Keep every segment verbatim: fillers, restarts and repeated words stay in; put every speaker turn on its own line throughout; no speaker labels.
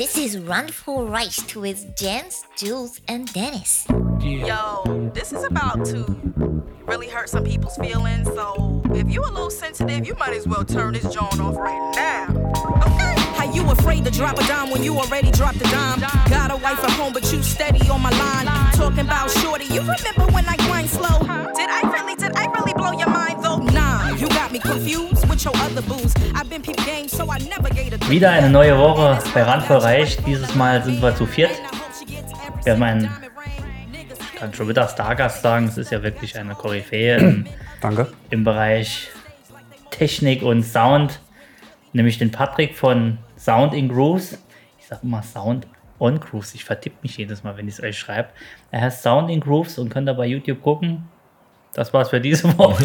This is Run for Rice with Jens, Jules, and Dennis.
Yo, this is about to really hurt some people's feelings, so if you a little sensitive, you might as well turn this joint off right now. Okay?
How you afraid to drop a dime when you already dropped a dime? Got a wife at home, but you steady on my line. Talking about shorty, you remember when I grind slow?
Did I really, did I really blow your mind though?
Nah, you got me confused with your other booze. I've been peep game, so I never gave a...
Wieder eine neue Woche bei Run für Reich. Dieses Mal sind wir zu viert. Wir haben einen, ich kann schon wieder Stargast sagen, es ist ja wirklich eine Koryphäe im,
Danke.
im Bereich Technik und Sound, nämlich den Patrick von Sound in Grooves. Ich sag immer Sound on Grooves, ich vertippe mich jedes Mal, wenn ich es euch schreibe. Er heißt Sound in Grooves und könnt ihr bei YouTube gucken. Das war's für diese Woche.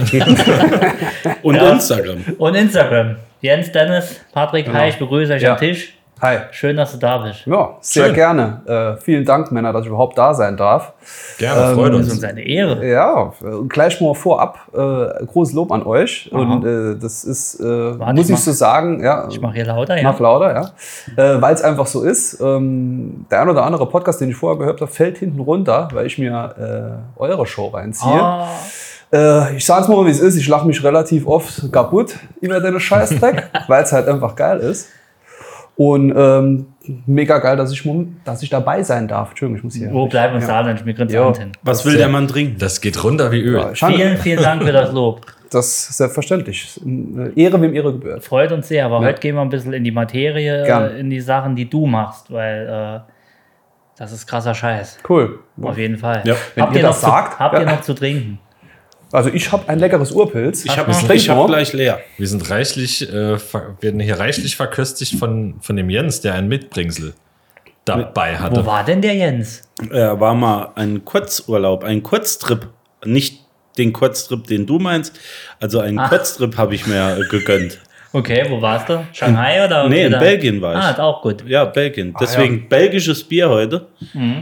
Und ja. Instagram.
Und Instagram. Jens, Dennis, Patrick,
Genau.
Hi, ich begrüße euch
Ja.
am Tisch.
Hi.
Schön, dass du da bist.
Ja, sehr
Schön.
gerne. Äh, vielen Dank, Männer, dass ich überhaupt da sein darf.
Gerne, freut
Das ist
uns.
uns eine Ehre.
Ja, äh, gleich mal vorab, äh, großes Lob an euch.
Aha.
Und äh, das ist, äh,
Warte,
muss
ich
ich so sagen, ja,
Ich mache hier lauter, ja.
mach lauter, ja. Äh, weil es einfach so ist. Ähm, der ein oder andere Podcast, den ich vorher gehört habe, fällt hinten runter, weil ich mir äh, eure Show reinziehe.
Ah,
Äh, ich sag's mal, wie es ist. Ich lache mich relativ oft kaputt über den Scheißdreck, weil es halt einfach geil ist. Und ähm, mega geil, dass ich, mom- dass ich dabei sein darf. Entschuldigung, ich muss hier.
wo bleiben uns
ja.
da denn? Mir grinst
Ja.
Hand hin.
Was will der Mann trinken?
Das geht runter wie Öl.
Ja, ich hab-
Vielen, vielen Dank für das Lob.
Das ist selbstverständlich. Ehre, wem Ehre gebührt.
Freut uns sehr, aber
Ja.
heute gehen wir ein bisschen in die Materie,
Gern.
äh, in die Sachen, die du machst, weil äh, das ist krasser Scheiß.
Cool.
Auf jeden Fall.
Ja.
Wenn
Habt
ihr
ihr, noch
das
zu,
sagt,
habt
ja.
ihr noch zu trinken?
Also ich habe ein leckeres Urpilz.
Ich habe
Ach,
ich hab
mal.
gleich leer.
Wir sind reichlich, äh, ver- werden hier reichlich verköstigt von, von dem Jens, der ein Mitbringsel dabei hatte.
Wo war denn der Jens?
Äh, war mal ein Kurzurlaub, ein Kurztrip. Nicht den Kurztrip, den du meinst. Also einen
Ach.
Kurztrip habe ich mir äh, gegönnt.
Okay, wo warst du? Shanghai oder?
Nee, in
oder?
Belgien war ich.
Ah, ist auch gut.
Ja, Belgien.
Ah,
Deswegen belgisches Bier heute.
Mhm.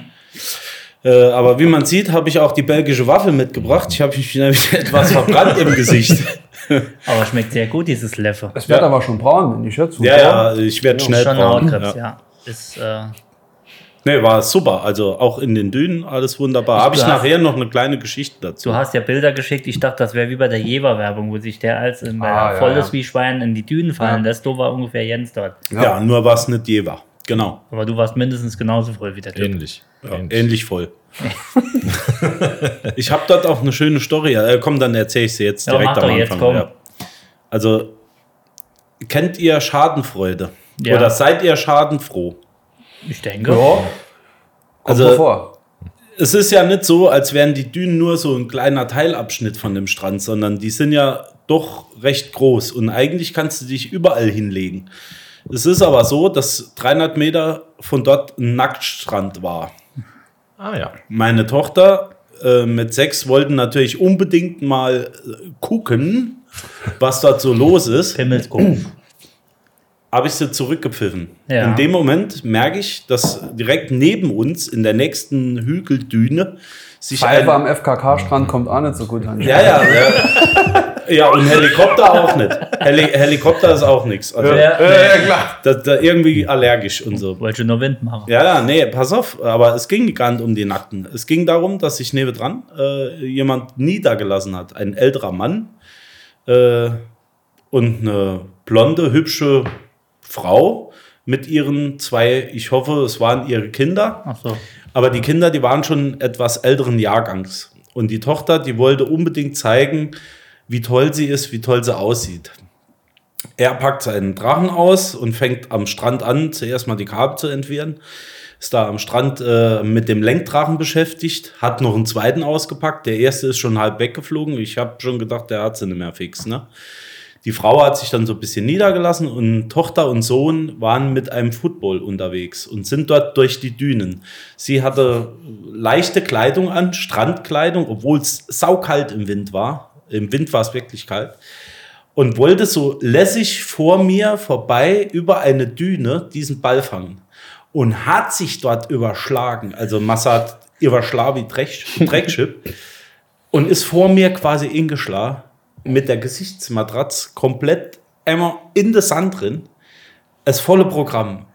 Äh, aber wie man sieht, habe ich auch die belgische Waffel mitgebracht. Ich habe mich nämlich etwas verbrannt im Gesicht.
Aber schmeckt sehr gut, dieses Leffe.
Es wird
Ja.
aber schon braun, wenn ich jetzt.
Ja, ja, ich werde schnell
Schon
braun.
Hautkrebs,
Ja.
ja. Ist, äh,
Nee, war super. Also auch in den Dünen alles wunderbar. Habe ich
du hast-
nachher noch eine kleine Geschichte dazu.
du hast ja Bilder geschickt. Ich dachte, das wäre wie bei der Jever-Werbung, wo sich der als in,
Ah, ja,
voll
ja.
ist wie Schwein in die Dünen fallen
Ja.
lässt. So war ungefähr Jens dort.
Ja, nur war es nicht Jever. Genau.
Aber du warst mindestens genauso voll wie der Typ.
Ähnlich.
Ja,
Ähnlich.
ähnlich voll. Ich habe dort auch eine schöne Story. Äh, komm, dann erzähle ich sie jetzt
Ja,
direkt
mach
am
doch jetzt,
Anfang.
komm.
Ja. Also, kennt ihr Schadenfreude?
Ja.
Oder seid ihr schadenfroh?
Ich denke.
Ja. Kommt
Also-
also, vor.
Es ist ja nicht so, als wären die Dünen nur so ein kleiner Teilabschnitt von dem Strand, sondern die sind ja doch recht groß und eigentlich kannst du dich überall hinlegen. Es ist aber so, dass dreihundert Meter von dort ein Nacktstrand war.
Ah ja.
Meine Tochter äh, mit sechs wollten natürlich unbedingt mal äh, gucken, was dort so los ist.
Pimmels gucken.
Habe ich sie zurückgepfiffen.
Ja.
In dem Moment merke ich, dass direkt neben uns in der nächsten Hügeldüne sich
Pfeife
ein,
am F K K-Strand kommt auch nicht so gut an.
ja, ja, ja. Ja, und Helikopter auch nicht. Heli Helikopter ist auch nichts. Also,
Ja.
Ja, klar.
da, da irgendwie allergisch und so.
Wollte nur Wind machen.
Ja, ja, nee, pass auf, aber es ging gar nicht um die Nackten. Es ging darum, dass sich nebendran äh, jemand niedergelassen hat. Ein älterer Mann äh, und eine blonde, hübsche Frau mit ihren zwei, ich hoffe, es waren ihre Kinder.
Ach so.
Aber die Kinder, die waren schon etwas älteren Jahrgangs. Und die Tochter, die wollte unbedingt zeigen, wie toll sie ist, wie toll sie aussieht. Er packt seinen Drachen aus und fängt am Strand an, zuerst mal die Kabel zu entwirren. Ist da am Strand äh, mit dem Lenkdrachen beschäftigt, hat noch einen zweiten ausgepackt. Der erste ist schon halb weggeflogen. Ich habe schon gedacht, der hat sie nicht mehr fix. Ne? Die Frau hat sich dann so ein bisschen niedergelassen und Tochter und Sohn waren mit einem Football unterwegs und sind dort durch die Dünen. Sie hatte leichte Kleidung an, Strandkleidung, obwohl es saukalt im Wind war. Im Wind war es wirklich kalt. Und wollte so lässig vor mir vorbei über eine Düne diesen Ball fangen. Und hat sich dort überschlagen. Also Massad überschlagen wie Dreckschiff. Und ist vor mir quasi ingeschlagen. Mit der Gesichtsmatratze komplett einmal in den Sand drin. Das volle Programm.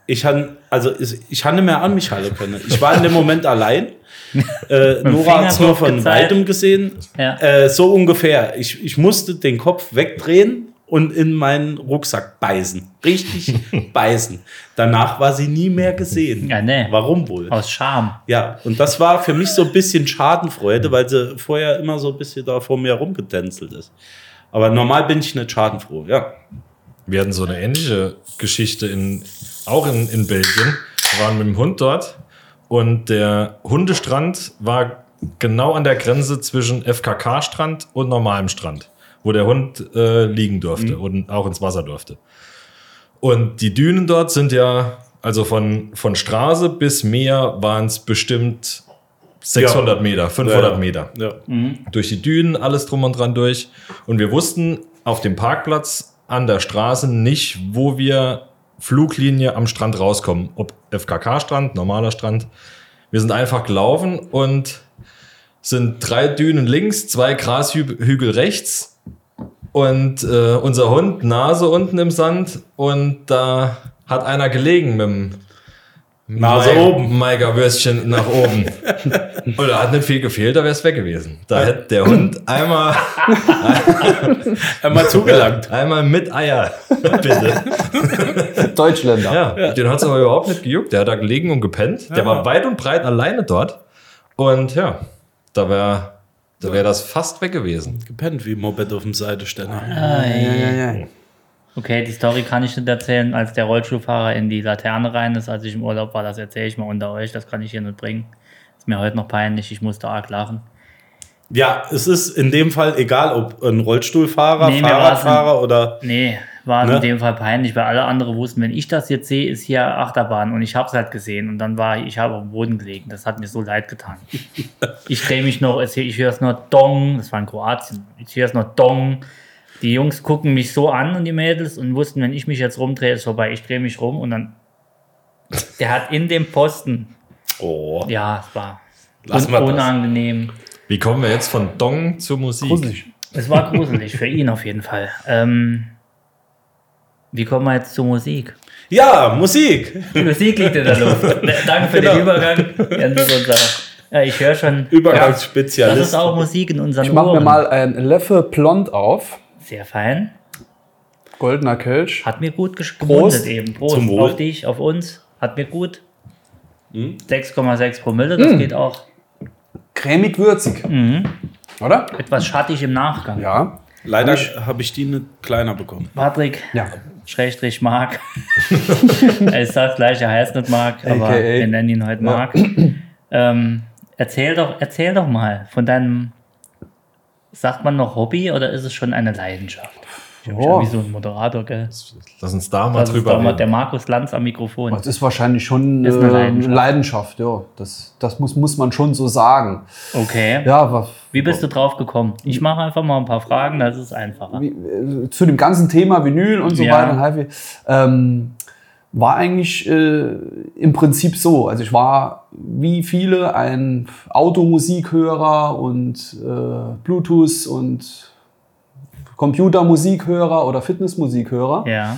Ich han, also ich, ich hatte nicht mehr an mich halten können. Ich war in dem Moment allein. Äh, Nora hat es nur von
gezeigt.
weitem gesehen.
Ja.
Äh, so ungefähr. Ich, ich musste den Kopf wegdrehen und in meinen Rucksack beißen. Richtig beißen. Danach war sie nie mehr gesehen.
Ja, nee.
Warum wohl?
Aus Scham.
Ja, und das war für mich so ein bisschen Schadenfreude, weil sie vorher immer so ein bisschen da vor mir rumgetänzelt ist. Aber normal bin ich nicht schadenfroh, ja.
Wir hatten so eine ähnliche Geschichte in, auch in, in Belgien. Wir waren mit dem Hund dort und der Hundestrand war genau an der Grenze zwischen F K K-Strand und normalem Strand, wo der Hund äh, liegen durfte mhm. und auch ins Wasser durfte. Und die Dünen dort sind ja, also von, von Straße bis Meer waren es bestimmt sechshundert ja. Meter, fünfhundert ja. Meter.
Ja.
Mhm.
Durch die Dünen, alles drum und dran durch. Und wir wussten auf dem Parkplatz an der Straße nicht, wo wir Fluglinie am Strand rauskommen. Ob F K K-Strand, normaler Strand. Wir sind einfach gelaufen und sind drei Dünen links, zwei Grashügel rechts und äh, unser Hund Nase unten im Sand und da hat einer gelegen mit dem
Nase oben.
Maigerwürstchen nach oben. Und da hat nicht viel gefehlt, da wäre es weg gewesen. Da hätte der Hund einmal
einmal zugelangt.
Einmal mit Eier, bitte.
Deutschländer.
Ja, ja. Den hat es aber überhaupt nicht gejuckt. Der hat da gelegen und gepennt. Der
ja.
war weit und breit alleine dort. Und ja, da wäre da wär das fast weg gewesen.
Gepennt wie Moped auf dem Seitenständer.
Ja, ja, ja. Okay, die Story kann ich nicht erzählen, als der Rollstuhlfahrer in die Laterne rein ist, als ich im Urlaub war. Das erzähle ich mal unter euch, das kann ich hier nicht bringen. Ist mir heute noch peinlich, ich musste arg lachen.
Ja, es ist in dem Fall egal, ob ein Rollstuhlfahrer,
nee,
Fahrradfahrer
in,
oder...
Nee, war
ne?
in dem Fall peinlich, weil alle anderen wussten, wenn ich das jetzt sehe, ist hier Achterbahn und ich habe es halt gesehen und dann war ich, ich habe auf dem Boden gelegen. Das hat mir so leid getan. Ich drehe mich noch, ich höre es nur Dong, das war in Kroatien, ich höre es nur Dong. Die Jungs gucken mich so an und die Mädels und wussten, wenn ich mich jetzt rumdrehe, ist vorbei. Ich drehe mich rum und dann. Der hat in dem Posten.
Oh.
Ja, es war
Lass
un-
mal das.
unangenehm.
Wie kommen wir jetzt von Dong zur Musik?
Gruselig.
Es war gruselig, für ihn auf jeden Fall. Ähm, wie kommen wir jetzt zur Musik?
Ja, Musik.
Die Musik liegt in der Luft. Danke für
Genau.
den Übergang. Jens, unser, ja, ich höre schon.
Übergangsspezialist.
Das ist auch Musik in unseren
Ich mache mir
Ohren.
mal ein Leffe Blond auf.
Sehr fein.
Goldener Kelch.
Hat mir gut gesch-
Prost.
gemundet eben. Prost
Zum Wohl.
auf dich, auf uns. Hat mir gut.
Hm?
sechs Komma sechs Promille, das
Hm.
geht auch.
Cremig würzig.
Mhm.
Oder?
Etwas schattig im Nachgang.
Ja.
Leider
Ich-
habe ich die nicht kleiner bekommen.
Patrick,
Ja.
Schrägstrich Mark. Er ist das gleiche, er heißt nicht Mark, aber
A K A.
wir nennen ihn heute Mark. Ähm, erzähl, doch, erzähl doch mal von deinem, sagt man noch Hobby oder ist es schon eine Leidenschaft? Ich bin
Oh.
schon wie so ein Moderator, gell?
Lass uns da mal
Das ist
drüber
doch mal
reden.
der Markus Lanz am Mikrofon.
Das ist wahrscheinlich schon
Ist eine
äh,
Leidenschaft.
Leidenschaft, ja. Das, das muss, muss man schon so sagen.
Okay.
Ja, aber
Wie bist du drauf gekommen? Ich mache einfach mal ein paar Fragen, das ist einfacher.
wie, äh, zu dem ganzen Thema Vinyl und so
Ja.
weiter und Hi-Fi, ähm, war eigentlich äh, im Prinzip so. Also ich war wie viele ein Automusikhörer und äh, Bluetooth und Computermusikhörer oder Fitnessmusikhörer.
Ja.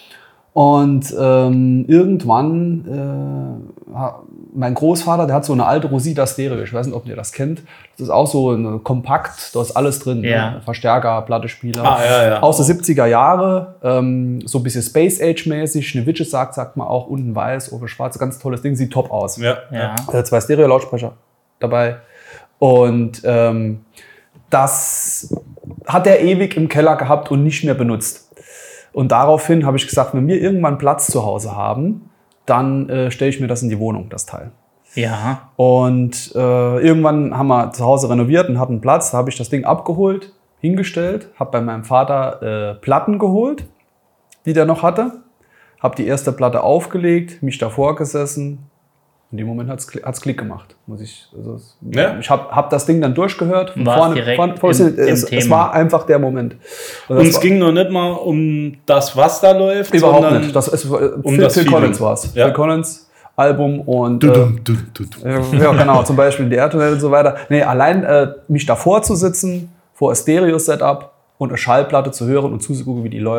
Und ähm, irgendwann, äh, ha- mein Großvater, der hat so eine alte Rosita Stereo, ich weiß nicht, ob ihr das kennt. Das ist auch so ein Kompakt, da ist alles drin.
Ja.
Ne? Verstärker, Plattespieler.
Ah, ja, ja.
Aus den siebziger Jahre, ähm, so ein bisschen Space Age mäßig. Eine Witches sagt, sagt man auch, unten weiß, oben schwarz, ganz tolles Ding, sieht top aus.
Ja.
Ja.
Äh, zwei Stereo-Lautsprecher dabei. Und ähm, das hat er ewig im Keller gehabt und nicht mehr benutzt. Und daraufhin habe ich gesagt, wenn wir irgendwann Platz zu Hause haben, dann äh, stelle ich mir das in die Wohnung, das Teil.
Ja.
Und äh, irgendwann haben wir zu Hause renoviert und hatten Platz. Da habe ich das Ding abgeholt, hingestellt, habe bei meinem Vater äh, Platten geholt, die der noch hatte. Habe die erste Platte aufgelegt, mich davor gesessen. In dem Moment hat es Klick gemacht. Muss ich, also, es-
Ja.
ich habe hab das Ding dann durchgehört. Von
War's
vorne,
direkt
vorne, vorne,
im- im
es, es
Thema.
war einfach der Moment. Und
Und
das
es
war-
ging noch nicht mal um das, was da läuft,
überhaupt
sondern
nicht. Das ist, äh,
um
Phil,
das
Phil
Feeling.
Collins war es.
Ja.
Phil Collins Album und
Du,
äh,
du, du, du, du.
ja, genau, zum Beispiel die Airtunnel und so weiter. Nee, allein äh, mich davor zu sitzen, vor ein Stereo-Setup und eine Schallplatte zu hören und zuzugucken, wie die läuft,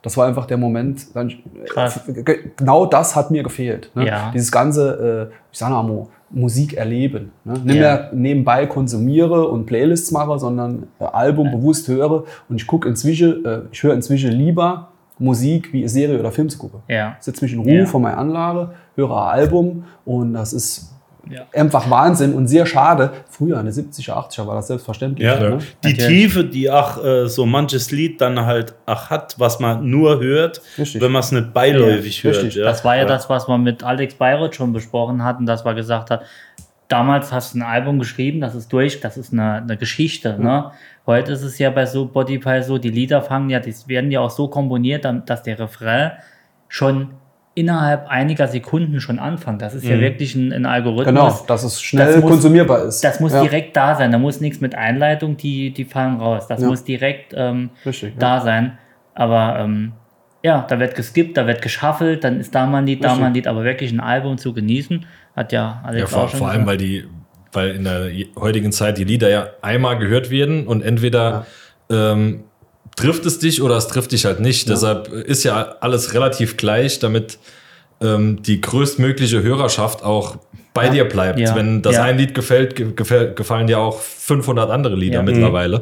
Das war einfach der Moment, dann,
Krass.
äh, genau das hat mir gefehlt. Ne?
Ja.
Dieses ganze, äh, ich sag mal, Musik erleben. Ne? Nicht
Ja.
mehr nebenbei konsumiere und Playlists mache, sondern äh, Album bewusst höre. Und ich gucke inzwischen, äh, ich höre inzwischen lieber Musik wie Serie oder Film zu gucken.
Ja.
Ich setze mich in Ruhe
Ja.
vor meine Anlage, höre ein Album und das ist
Ja.
einfach Wahnsinn und sehr schade. Früher, in den siebziger, achtziger war das selbstverständlich.
Ja,
Ne?
die
Natürlich.
Tiefe, die auch äh, so manches Lied dann halt auch hat, was man nur hört,
Richtig.
wenn man es nicht beiläufig
Ja,
hört.
richtig.
Ja.
Das war ja das, was wir mit Alex Bayreuth schon besprochen hatten, dass wir gesagt haben, damals hast du ein Album geschrieben, das ist durch, das ist eine, eine Geschichte. Ne? Heute ist es ja bei so Spotify so, die Lieder fangen ja, die werden ja auch so komponiert, dass der Refrain schon innerhalb einiger Sekunden schon anfängt. Das ist ja wirklich ein, ein Algorithmus.
Genau, dass es schnell
Das muss-
konsumierbar ist.
Das muss
Ja.
direkt da sein. Da muss nichts mit Einleitung, die, die fallen raus. Das
Ja.
muss direkt ähm,
Richtig, ja.
da sein. Aber ähm, ja, da wird geskippt, da wird geschaffelt, dann ist da mal ein Lied, da
Richtig.
mal ein Lied. Aber wirklich ein Album zu genießen, hat ja Alex
Ja, vor,
auch schon
vor allem,
gesagt.
weil die, weil in der heutigen Zeit die Lieder ja einmal gehört werden und entweder ähm, trifft es dich oder es trifft dich halt nicht. Deshalb ist ja alles relativ gleich, damit ähm, die größtmögliche Hörerschaft auch bei dir bleibt.
Ja.
Wenn das
Ja.
ein Lied gefällt, ge- gefällt, gefallen dir auch fünfhundert andere Lieder
Ja.
mittlerweile.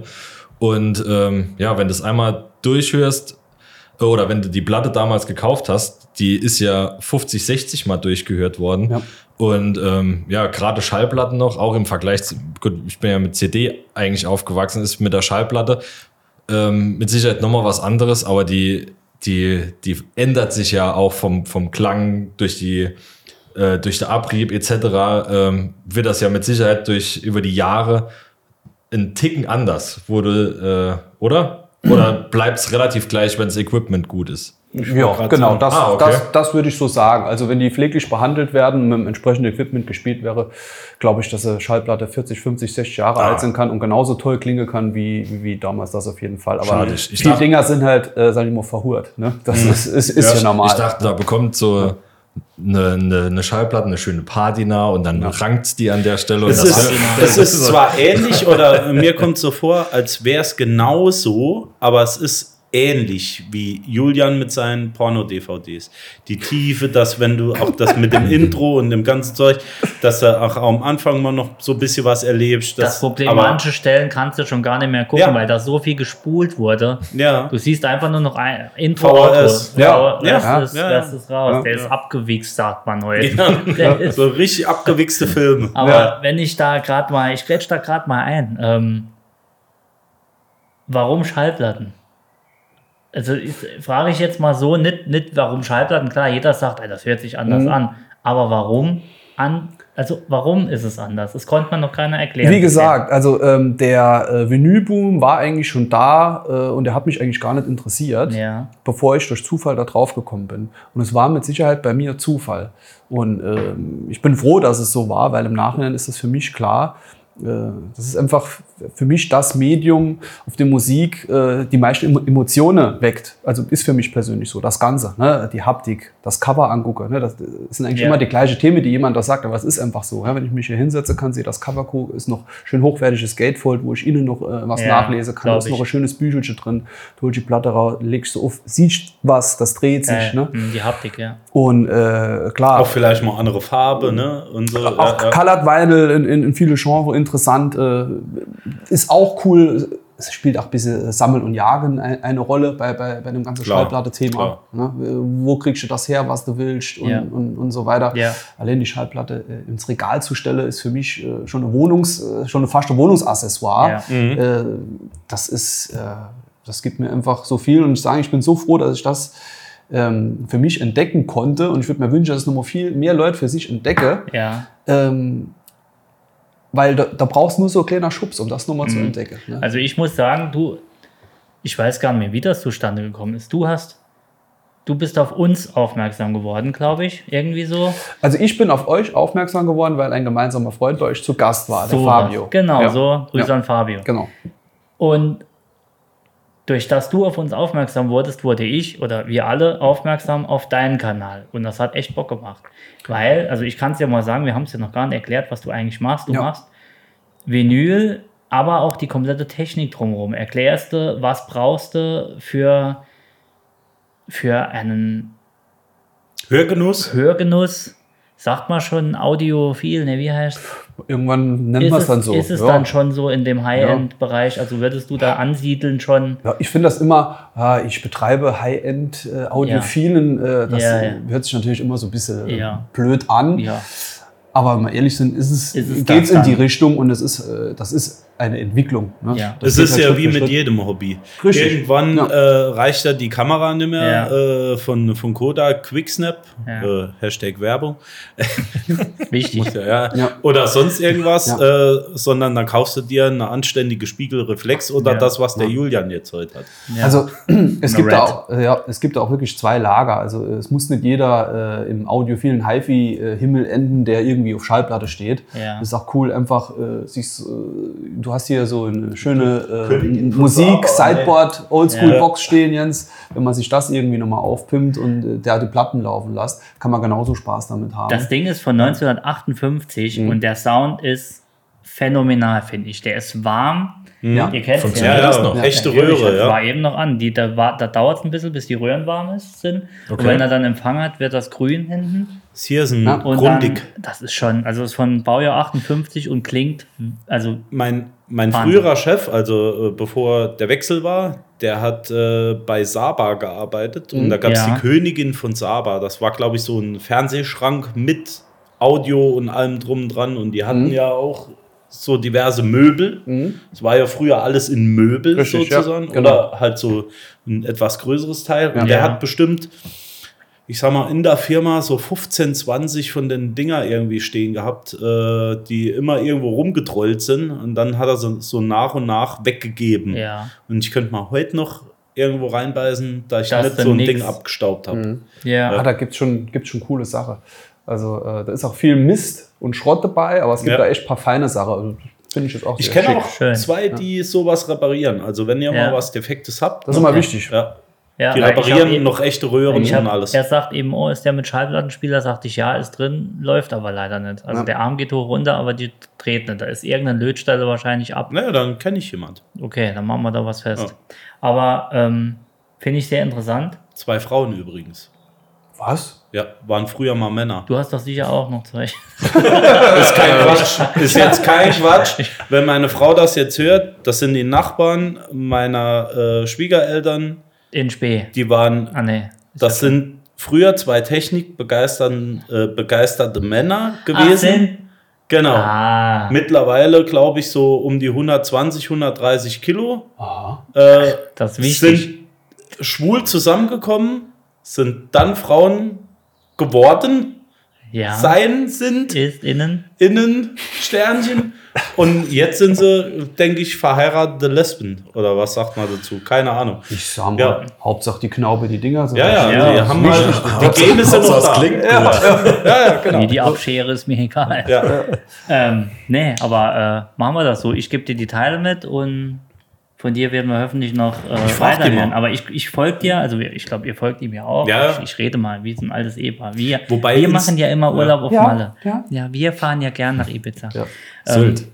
Und ähm, ja, wenn du es einmal durchhörst, oder wenn du die Platte damals gekauft hast, die ist ja fünfzig, sechzig Mal durchgehört worden.
Ja.
Und ähm, ja, gerade Schallplatten noch, auch im Vergleich zu, gut, ich bin ja mit C D eigentlich aufgewachsen, ist mit der Schallplatte ähm, mit Sicherheit nochmal was anderes, aber die, die, die ändert sich ja auch vom, vom Klang durch die äh, durch den Abrieb et cetera. Ähm, wird das ja mit Sicherheit durch über die Jahre einen Ticken anders, wurde, äh, oder? Oder bleibt es relativ gleich, wenn das Equipment gut ist?
Ja,
grad
genau,
sagen.
das,
Ah, okay.
das, das würde ich so sagen. Also wenn die pfleglich behandelt werden und mit dem entsprechenden Equipment gespielt wäre, glaube ich, dass eine Schallplatte vierzig, fünfzig, sechzig Jahre
Ah.
alt sein kann und genauso toll klingen kann wie, wie, wie damals, das auf jeden Fall. Aber
Schade, ich- ich
viele
dachte-
Dinger sind halt, äh, sag ich mal, verhurt. Ne? Das ist, ist, ist ja, normal.
Ich dachte, da bekommt so eine, eine, eine Schallplatte, eine schöne Patina und dann rankt die an der Stelle. Und
Es
das
ist, es ist zwar ähnlich oder mir kommt so vor, als wäre es genau so, aber es ist ähnlich wie Julian mit seinen Porno-D V Ds. Die Tiefe, dass wenn du auch das mit dem Intro und dem ganzen Zeug, dass du auch am Anfang mal noch so ein bisschen was erlebst.
Das Problem,
aber,
manche Stellen kannst du schon gar nicht mehr gucken,
Ja.
weil da so viel gespult wurde.
Ja.
Du siehst einfach nur noch ein Intro,
V H
Outro.
S.
Ja.
V H S
Ja.
ist,
Ja.
das ist raus.
Ja.
Der ist abgewichst, sagt man heute.
Ja.
Der ist,
So richtig abgewichste Filme.
aber
Ja.
wenn ich da gerade mal, ich grätsch da gerade mal ein. Ähm, warum Schallplatten? Also ich, frage ich jetzt mal so, nicht, nicht warum Schallplatten, klar, jeder sagt, ey, das hört sich anders
Mhm.
an. Aber warum an, also warum ist es anders? Das konnte man noch keiner erklären.
Wie gesagt, also ähm, der äh, Vinylboom war eigentlich schon da äh, und der hat mich eigentlich gar nicht interessiert,
Ja.
bevor ich durch Zufall da drauf gekommen bin. Und es war mit Sicherheit bei mir Zufall. Und ähm, ich bin froh, dass es so war, weil im Nachhinein ist es für mich klar, äh, das ist einfach für mich das Medium, auf dem Musik äh, die meisten Emo- Emotionen weckt. Also ist für mich persönlich so, das Ganze, ne? Die Haptik, das Cover angucken, ne? Das sind eigentlich
Ja.
immer die gleichen Themen, die jemand da sagt, aber es ist einfach so. Ja? Wenn ich mich hier hinsetze, kann sie das Cover gucken, ist noch schön hochwertiges Gatefold, wo ich innen noch äh, was
Ja,
nachlesen kann, da
glaub
ist noch
ich.
ein schönes Büchelchen drin, du holst die Platte raus, legst du auf, siehst was, das dreht sich.
Äh,
Ne?
Die Haptik, ja.
Und äh, klar,
Auch vielleicht mal andere Farbe, ne? Und so.
auch
ja, ja.
Colored Vinyl in, in, in viele Genres interessant, äh, ist auch cool. Es spielt auch ein bisschen Sammeln und Jagen ein, eine Rolle bei, bei, bei dem ganzen
Klar,
Schallplatte-Thema.
klar.
Ne? Wo kriegst du das her, was du willst und,
Ja.
und, und so weiter.
Ja.
Allein die Schallplatte äh, ins Regal zu stellen, ist für mich äh, schon, eine Wohnungs, äh, schon eine fast ein Wohnungsaccessoire.
Ja.
Äh, das ist, äh, das gibt mir einfach so viel und ich sage, ich bin so froh, dass ich das ähm, für mich entdecken konnte und ich würde mir wünschen, dass es noch mal viel mehr Leute für sich entdecken.
Ja.
Ähm, weil da, da brauchst du nur so ein kleiner Schubs, um das nochmal zu entdecken. Ne?
Also ich muss sagen, du, ich weiß gar nicht mehr, wie das zustande gekommen ist. Du hast, du bist auf uns aufmerksam geworden, glaube ich, irgendwie so.
Also ich bin auf euch aufmerksam geworden, weil ein gemeinsamer Freund bei euch zu Gast war, der
so
Fabio.
was. Genau,
Ja.
so. Grüße
Ja.
an Fabio.
Genau.
Und durch das du auf uns aufmerksam wurdest, wurde ich oder wir alle aufmerksam auf deinen Kanal. Und das hat echt Bock gemacht. Weil, also ich kann es ja mal sagen, wir haben es ja noch gar nicht erklärt, was du eigentlich machst. Du
Ja.
machst Vinyl, aber auch die komplette Technik drumherum. Erklärst du, was brauchst du für für einen
Hörgenuss?
Hörgenuss, sagt man schon audiophil, ne, wie heißt
Irgendwann nennt man es dann so.
Ist es
ja.
dann schon so in dem High-End-Bereich? Also würdest du da ansiedeln schon?
Ja, ich finde das immer, ah, ich betreibe High-End äh, Audiophilen, äh, das
Ja, ja.
hört sich natürlich immer so ein bisschen äh,
Ja.
blöd an.
Ja.
Aber wenn wir ehrlich sind, ist es,
Ist es
geht's
das
in die
dann?
Richtung und es ist, äh, das ist eine Entwicklung. Ne?
Ja.
Das
Es
geht
ist
halt
ja
Schritt
wie
für
mit
Schritt.
jedem Hobby.
Richtig.
Irgendwann
Ja.
äh, reicht ja die Kamera nicht mehr
Ja.
äh, von, von Kodak, Quicksnap,
Ja.
äh, Hashtag Werbung.
Wichtig.
Muss ja, ja.
Ja.
Oder sonst irgendwas,
Ja.
äh, sondern dann kaufst du dir eine anständige Spiegelreflex oder
Ja.
das, was der Julian jetzt heute hat.
Ja.
Also es gibt,
Red.
da auch, äh, ja, es gibt da auch wirklich zwei Lager. Also es muss nicht jeder äh, im audiophilen Hi-Fi-Himmel enden, der irgendwie auf Schallplatte steht.
Ja.
Das ist auch cool, einfach äh, sich, äh, du hast hier so eine schöne äh, Musik, Sideboard, Oldschool-Box stehen, Jens. Wenn man sich das irgendwie nochmal aufpimpt und äh, der die Platten laufen lässt, kann man genauso Spaß damit haben.
Das Ding ist von neunzehnhundertachtundfünfzig
Mhm.
und der Sound ist phänomenal, finde ich. Der ist warm.
Ja.
Ihr kennt es
Funktioniert
ja.
das noch?
Echte
Natürlich,
Röhre,
das
ja.
war eben noch an. Die, da war, da dauert es ein bisschen, bis die Röhren warm ist, sind. Und
Okay.
wenn er dann Empfang hat, wird das grün hinten.
Das hier ist ein
Ja.
Und
Grundig.
dann, das ist schon, also ist von Baujahr achtundfünfzig und klingt, also
Mein, mein
Wahnsinn.
früherer Chef, also äh, bevor der Wechsel war, der hat äh, bei Saba gearbeitet und da gab es
Ja.
die Königin von Saba. Das war, glaube ich, so ein Fernsehschrank mit Audio und allem drum und dran und die hatten
Mhm.
ja auch so diverse Möbel. Es war ja früher alles in Möbel
Richtig,
sozusagen
ja, genau.
oder halt so ein etwas größeres Teil. Und
Ja.
der
Ja.
hat bestimmt, ich sag mal, in der Firma so fünfzehn, zwanzig von den Dinger irgendwie stehen gehabt, äh, die immer irgendwo rumgetrollt sind. Und dann hat er so, so nach und nach weggegeben.
ja.
Und ich könnte mal heute noch irgendwo reinbeißen, da ich
Das
nicht
ist
so ein
nix.
Ding abgestaubt habe.
Ja.
Ja, da gibt es schon, gibt's schon coole Sachen. Also äh, da ist auch viel Mist und Schrott dabei, aber es gibt
Ja.
da echt ein paar feine Sachen. Also, finde ich jetzt auch
Ich
sehr
kenne
schick.
auch
Schön.
zwei, die sowas reparieren. Also wenn ihr
Ja.
mal was Defektes habt,
Das ist immer wichtig.
ja,
Ja,
die
weil ich hab
reparieren
eben-
noch echte Röhren
Ich
und
hab,
alles.
er sagt eben, oh, ist der mit Schallplattenspieler? Sagte ich, ja, ist drin, läuft aber leider nicht. Also
Ja.
der Arm geht hoch runter, aber die dreht nicht. Da ist irgendeine Lötstelle wahrscheinlich ab.
Naja, dann kenne ich jemand.
Okay, dann machen wir da was fest.
Ja.
Aber ähm, finde ich sehr interessant.
Zwei Frauen übrigens.
Was?
Ja, waren früher mal Männer.
Du hast doch sicher auch noch zwei.
Ist kein Quatsch. Ist jetzt kein Quatsch. Wenn meine Frau das jetzt hört, das sind die Nachbarn meiner äh, Schwiegereltern.
In Spee.
Die waren,
Ah, nee.
das sind früher zwei technikbegeisterte äh, begeisterte Männer
Ach,
gewesen.
sind?
Genau.
Ah,
Mittlerweile, glaube ich, so um die hundertzwanzig, hundertdreißig Kilo.
Aha.
Äh,
das ist wichtig.
sind schwul zusammengekommen, sind dann Frauen geworden,
Ja.
sein, sind,
Ist innen.
innen, Sternchen. Und jetzt sind sie, denke ich, verheiratete Lesben. Oder was sagt man dazu? Keine Ahnung.
Ich sag mal,
Ja.
Hauptsache die Knaube, die Dinger sind.
Ja, ja,
Ja,
die
das
haben
ist
halt, die Gene sind noch
Das
da.
klingt
ja,
gut.
ja, ja, genau.
Nee, die Abschere ist mir egal.
Ja.
Ähm, nee, aber äh, machen wir das so. Ich gebe dir die Teile mit und von dir werden wir hoffentlich noch äh,
frag die
weiterhören.
mal.
Aber ich, ich folge dir, also ich glaube, ihr folgt ihm ja auch.
Ja.
Ich, ich rede mal, wie so ein altes Ehepaar. Wir,
Wobei
wir
ins-
machen ja immer Urlaub auf
Ja,
Malle.
ja.
ja, wir fahren ja gern nach Ibiza.
Ja.
Sylt.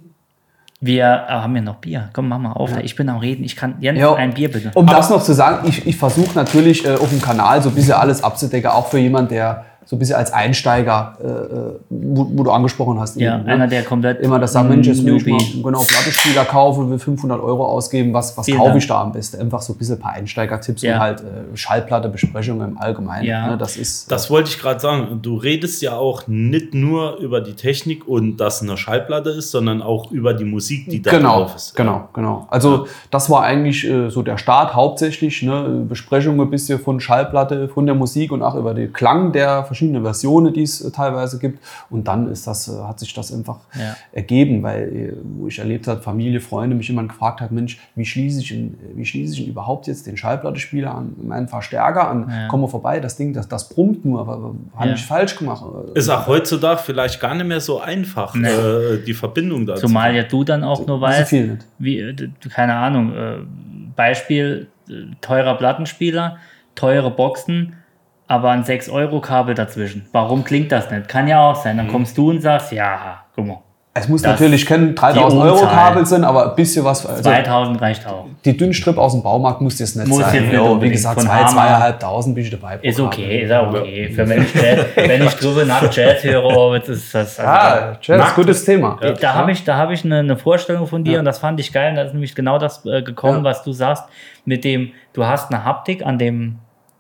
Wir äh, haben ja noch Bier. Komm, mach mal auf. Ich bin am Reden. Ich kann Jens,
Ja.
ein Bier bitte.
Um das noch zu sagen, ich, ich versuche natürlich äh, auf dem Kanal so ein bisschen alles abzudecken, auch für jemanden, der so ein bisschen als Einsteiger, äh, äh, wo, wo du angesprochen hast.
Ja,
eben, ne?
einer, der komplett
Immer das sagen, Mensch, jetzt will ich
Newbie.
mal genau Plattenspieler kaufen, will fünfhundert Euro ausgeben, was, was
Vielen
kaufe
Dank.
ich da am besten? Einfach so ein bisschen ein paar Einsteiger-Tipps
Ja.
und halt äh, Schallplatte, Besprechungen im Allgemeinen.
Ja.
Ne? Das ist
Das wollte ich gerade sagen. Du redest ja auch nicht nur über die Technik und dass eine Schallplatte ist, sondern auch über die Musik, die da
Genau,
drauf ist.
genau, genau. Also das war eigentlich äh, so der Start hauptsächlich, ne? Besprechungen ein bisschen von Schallplatte, von der Musik und auch über den Klang der verschiedenen Versionen, die es äh, teilweise gibt. Und dann ist das, äh, hat sich das einfach
Ja.
ergeben, weil äh, wo ich erlebt habe, Familie, Freunde mich immer gefragt hat, Mensch, wie schließe ich denn, wie schließe ich denn überhaupt jetzt den Schallplattespieler an meinen Verstärker an?
Ja.
Komm mal vorbei, das Ding, das, das brummt nur, aber habe
Ja.
ich falsch gemacht?
Ist auch heutzutage vielleicht gar nicht mehr so einfach,
Nee.
äh, die Verbindung dazu.
Zumal ja du dann auch nur
Weiß ich
weißt,
viel nicht.
wie, äh, d- keine Ahnung, äh, Beispiel, äh, teurer Plattenspieler, teure Boxen, aber ein sechs Euro Kabel dazwischen. Warum klingt das nicht? Kann ja auch sein. Dann kommst du und sagst, ja, guck mal,
Es muss
Das-
natürlich kein dreitausend
die
Euro
Umzahl.
Kabel sein, aber ein bisschen was. Also
zweitausend reicht auch.
die Dünnstrip aus dem Baumarkt muss jetzt nicht
Muss
sein.
jetzt nicht
Jo, wie
unbedingt.
gesagt,
Von
zwei,
Hammer.
zweieinhalbtausend bin ich dabei. pro
Ist
Kabel.
okay, ist auch okay. Für wenn ich, Jazz, wenn ich drüber nach Jazz höre, Orbit, ist das. Also
Ah, Jazz, gutes Thema.
da da habe ich, da hab ich eine, eine Vorstellung von dir
Ja.
und das fand ich geil. Und da ist nämlich genau das äh, gekommen,
Ja.
was du sagst, mit dem, du hast eine Haptik an dem,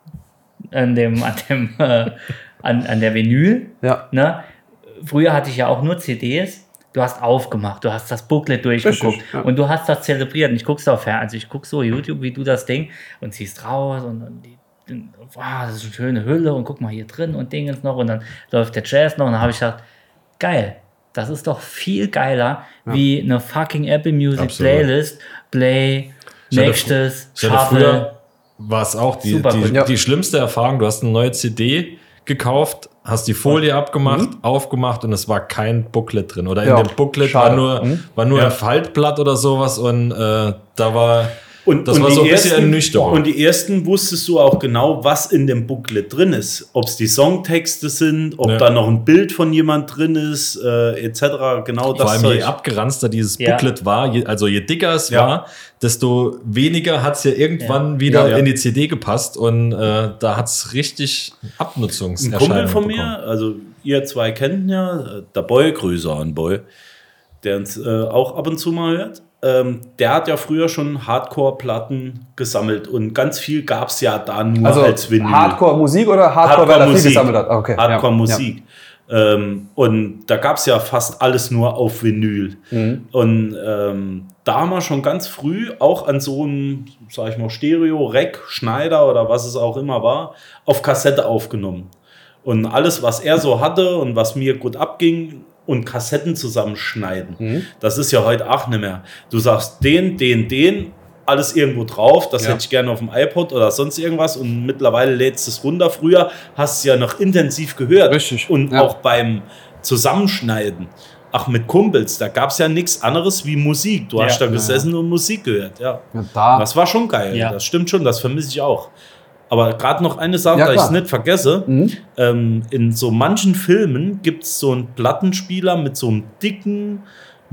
an dem, an dem, äh, an, an der Vinyl.
Ja.
Ne? Früher hatte ich ja auch nur C Ds. Du hast aufgemacht, du hast das Booklet durchgeguckt
Richtig, ja.
und du hast das zelebriert. Und ich guck's auf Fernsehen, also ich guck so YouTube, wie du das Ding und ziehst raus und, und die, und, wow, das ist eine schöne Hülle und guck mal hier drin und Dingens noch und dann läuft der Jazz noch und dann habe ich gedacht, geil, das ist doch viel geiler wie eine fucking Apple Music
Absolut.
Playlist, Play,
Ich hatte-
nächstes,
Ich hatte
Shuffle.
früher war es auch die,
Super
die,
gut.
Ja.
die schlimmste Erfahrung. Du hast eine neue C D gekauft, hast die Folie abgemacht, aufgemacht und es war kein Booklet drin. Oder in
Ja,
dem Booklet
schade.
war nur,
Mhm.
war nur
Ja.
ein Faltblatt oder sowas und äh, da war
Und,
das
und
war
die
so ein bisschen
ersten-
Ernüchterung.
Und die ersten wusstest du auch genau, was in dem Booklet drin ist. Ob es die Songtexte sind, ob
Ja.
da noch ein Bild von jemand drin ist, äh, et cetera. Genau
Vor
das
allem
Zeug.
je abgeranzter dieses
Ja.
Booklet war, je, also je dicker es
Ja.
war, desto weniger hat es ja irgendwann wieder
Ja.
in die C D gepasst und äh, da hat es richtig
Ein
Abnutzungserscheinungen
Kumpel von
bekommen.
mir, also ihr zwei kennt ihn ja, äh, der Boy, Grüße an Boy, der uns äh, auch ab und zu mal hört. Ähm, der hat ja früher schon Hardcore-Platten gesammelt und ganz viel gab es ja da nur
Also
als Vinyl.
Hardcore-Musik oder Hardcore, weil er viel gesammelt hat? Okay. ja.
Hardcore-Musik. Ähm, und da gab es ja fast alles nur auf Vinyl.
Mhm.
Und ähm, da haben wir schon ganz früh auch an so einem, sag ich mal, Stereo, Rack, Schneider oder was es auch immer war, auf Kassette aufgenommen. Und alles, was er so hatte und was mir gut abging, und Kassetten zusammenschneiden.
Mhm.
Das ist ja heute auch nicht mehr. Du sagst den, den, den, alles irgendwo drauf, das
Ja.
hätte ich gerne auf dem iPod oder sonst irgendwas und mittlerweile lädst es runter. Früher hast du ja noch intensiv gehört.
Richtig,
Und
ja.
auch beim Zusammenschneiden, ach mit Kumpels, da gab es ja nichts anderes wie Musik. Du hast
Ja.
da gesessen und Musik gehört. Ja.
Ja, da.
Das war schon geil,
Ja.
das stimmt schon, das vermisse ich auch. Aber gerade noch eine Sache,
Ja,
da ich es
klar.
nicht vergesse,
Mhm.
ähm, in so manchen Filmen gibt es so einen Plattenspieler mit so einem dicken,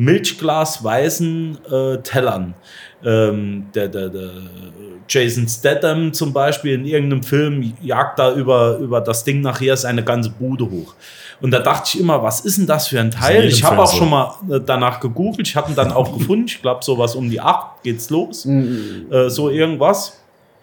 milchglasweißen äh, Tellern. Ähm, der, der, der Jason Statham zum Beispiel in irgendeinem Film jagt da über, über das Ding nachher seine ganze Bude hoch. Und da dachte ich immer, was ist denn das für ein Teil?
jedem
Ich habe
Film
auch
so.
schon mal äh, danach gegoogelt, ich habe ihn dann auch gefunden. Ich glaube, sowas um die acht geht's los. Äh, so irgendwas.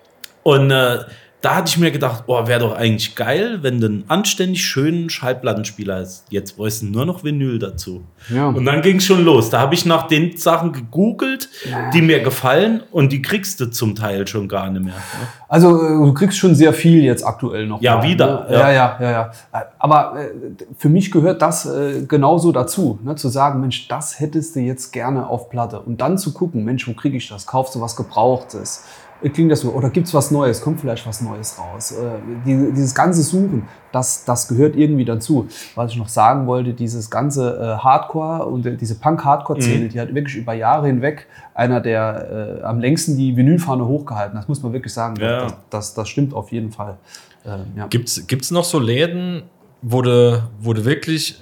Und äh, da hatte ich mir gedacht, boah, wäre doch eigentlich geil, wenn du einen anständig schönen Schallplattenspieler hast. Jetzt bräuchst du nur noch Vinyl dazu.
Ja.
Und dann ging es schon los. Da habe ich nach den Sachen gegoogelt, die mir gefallen und die kriegst du zum Teil schon gar nicht mehr. Ne?
Also äh, du kriegst schon sehr viel jetzt aktuell noch.
Ja,
mal,
wieder,
Ne?
ja.
Ja, ja, ja, ja. Aber äh, für mich gehört das äh, genauso dazu, ne? Zu sagen, Mensch, das hättest du jetzt gerne auf Platte. Und dann zu gucken, Mensch, wo kriege ich das? Kaufst du was Gebrauchtes? Äh, Klingt das so? Oder gibt's was Neues? Kommt vielleicht was Neues raus? Äh, die, dieses ganze Suchen, das, das gehört irgendwie dazu. Was ich noch sagen wollte, dieses ganze äh, Hardcore und äh, diese Punk-Hardcore-Szene,
Mhm.
die hat wirklich über Jahre hinweg einer der äh, am längsten die Vinylfahne hochgehalten. Das muss man wirklich sagen.
Ja.
Das, das, das stimmt auf jeden Fall. Ähm, ja.
Gibt's, gibt's noch so Läden, wo du, wo du wirklich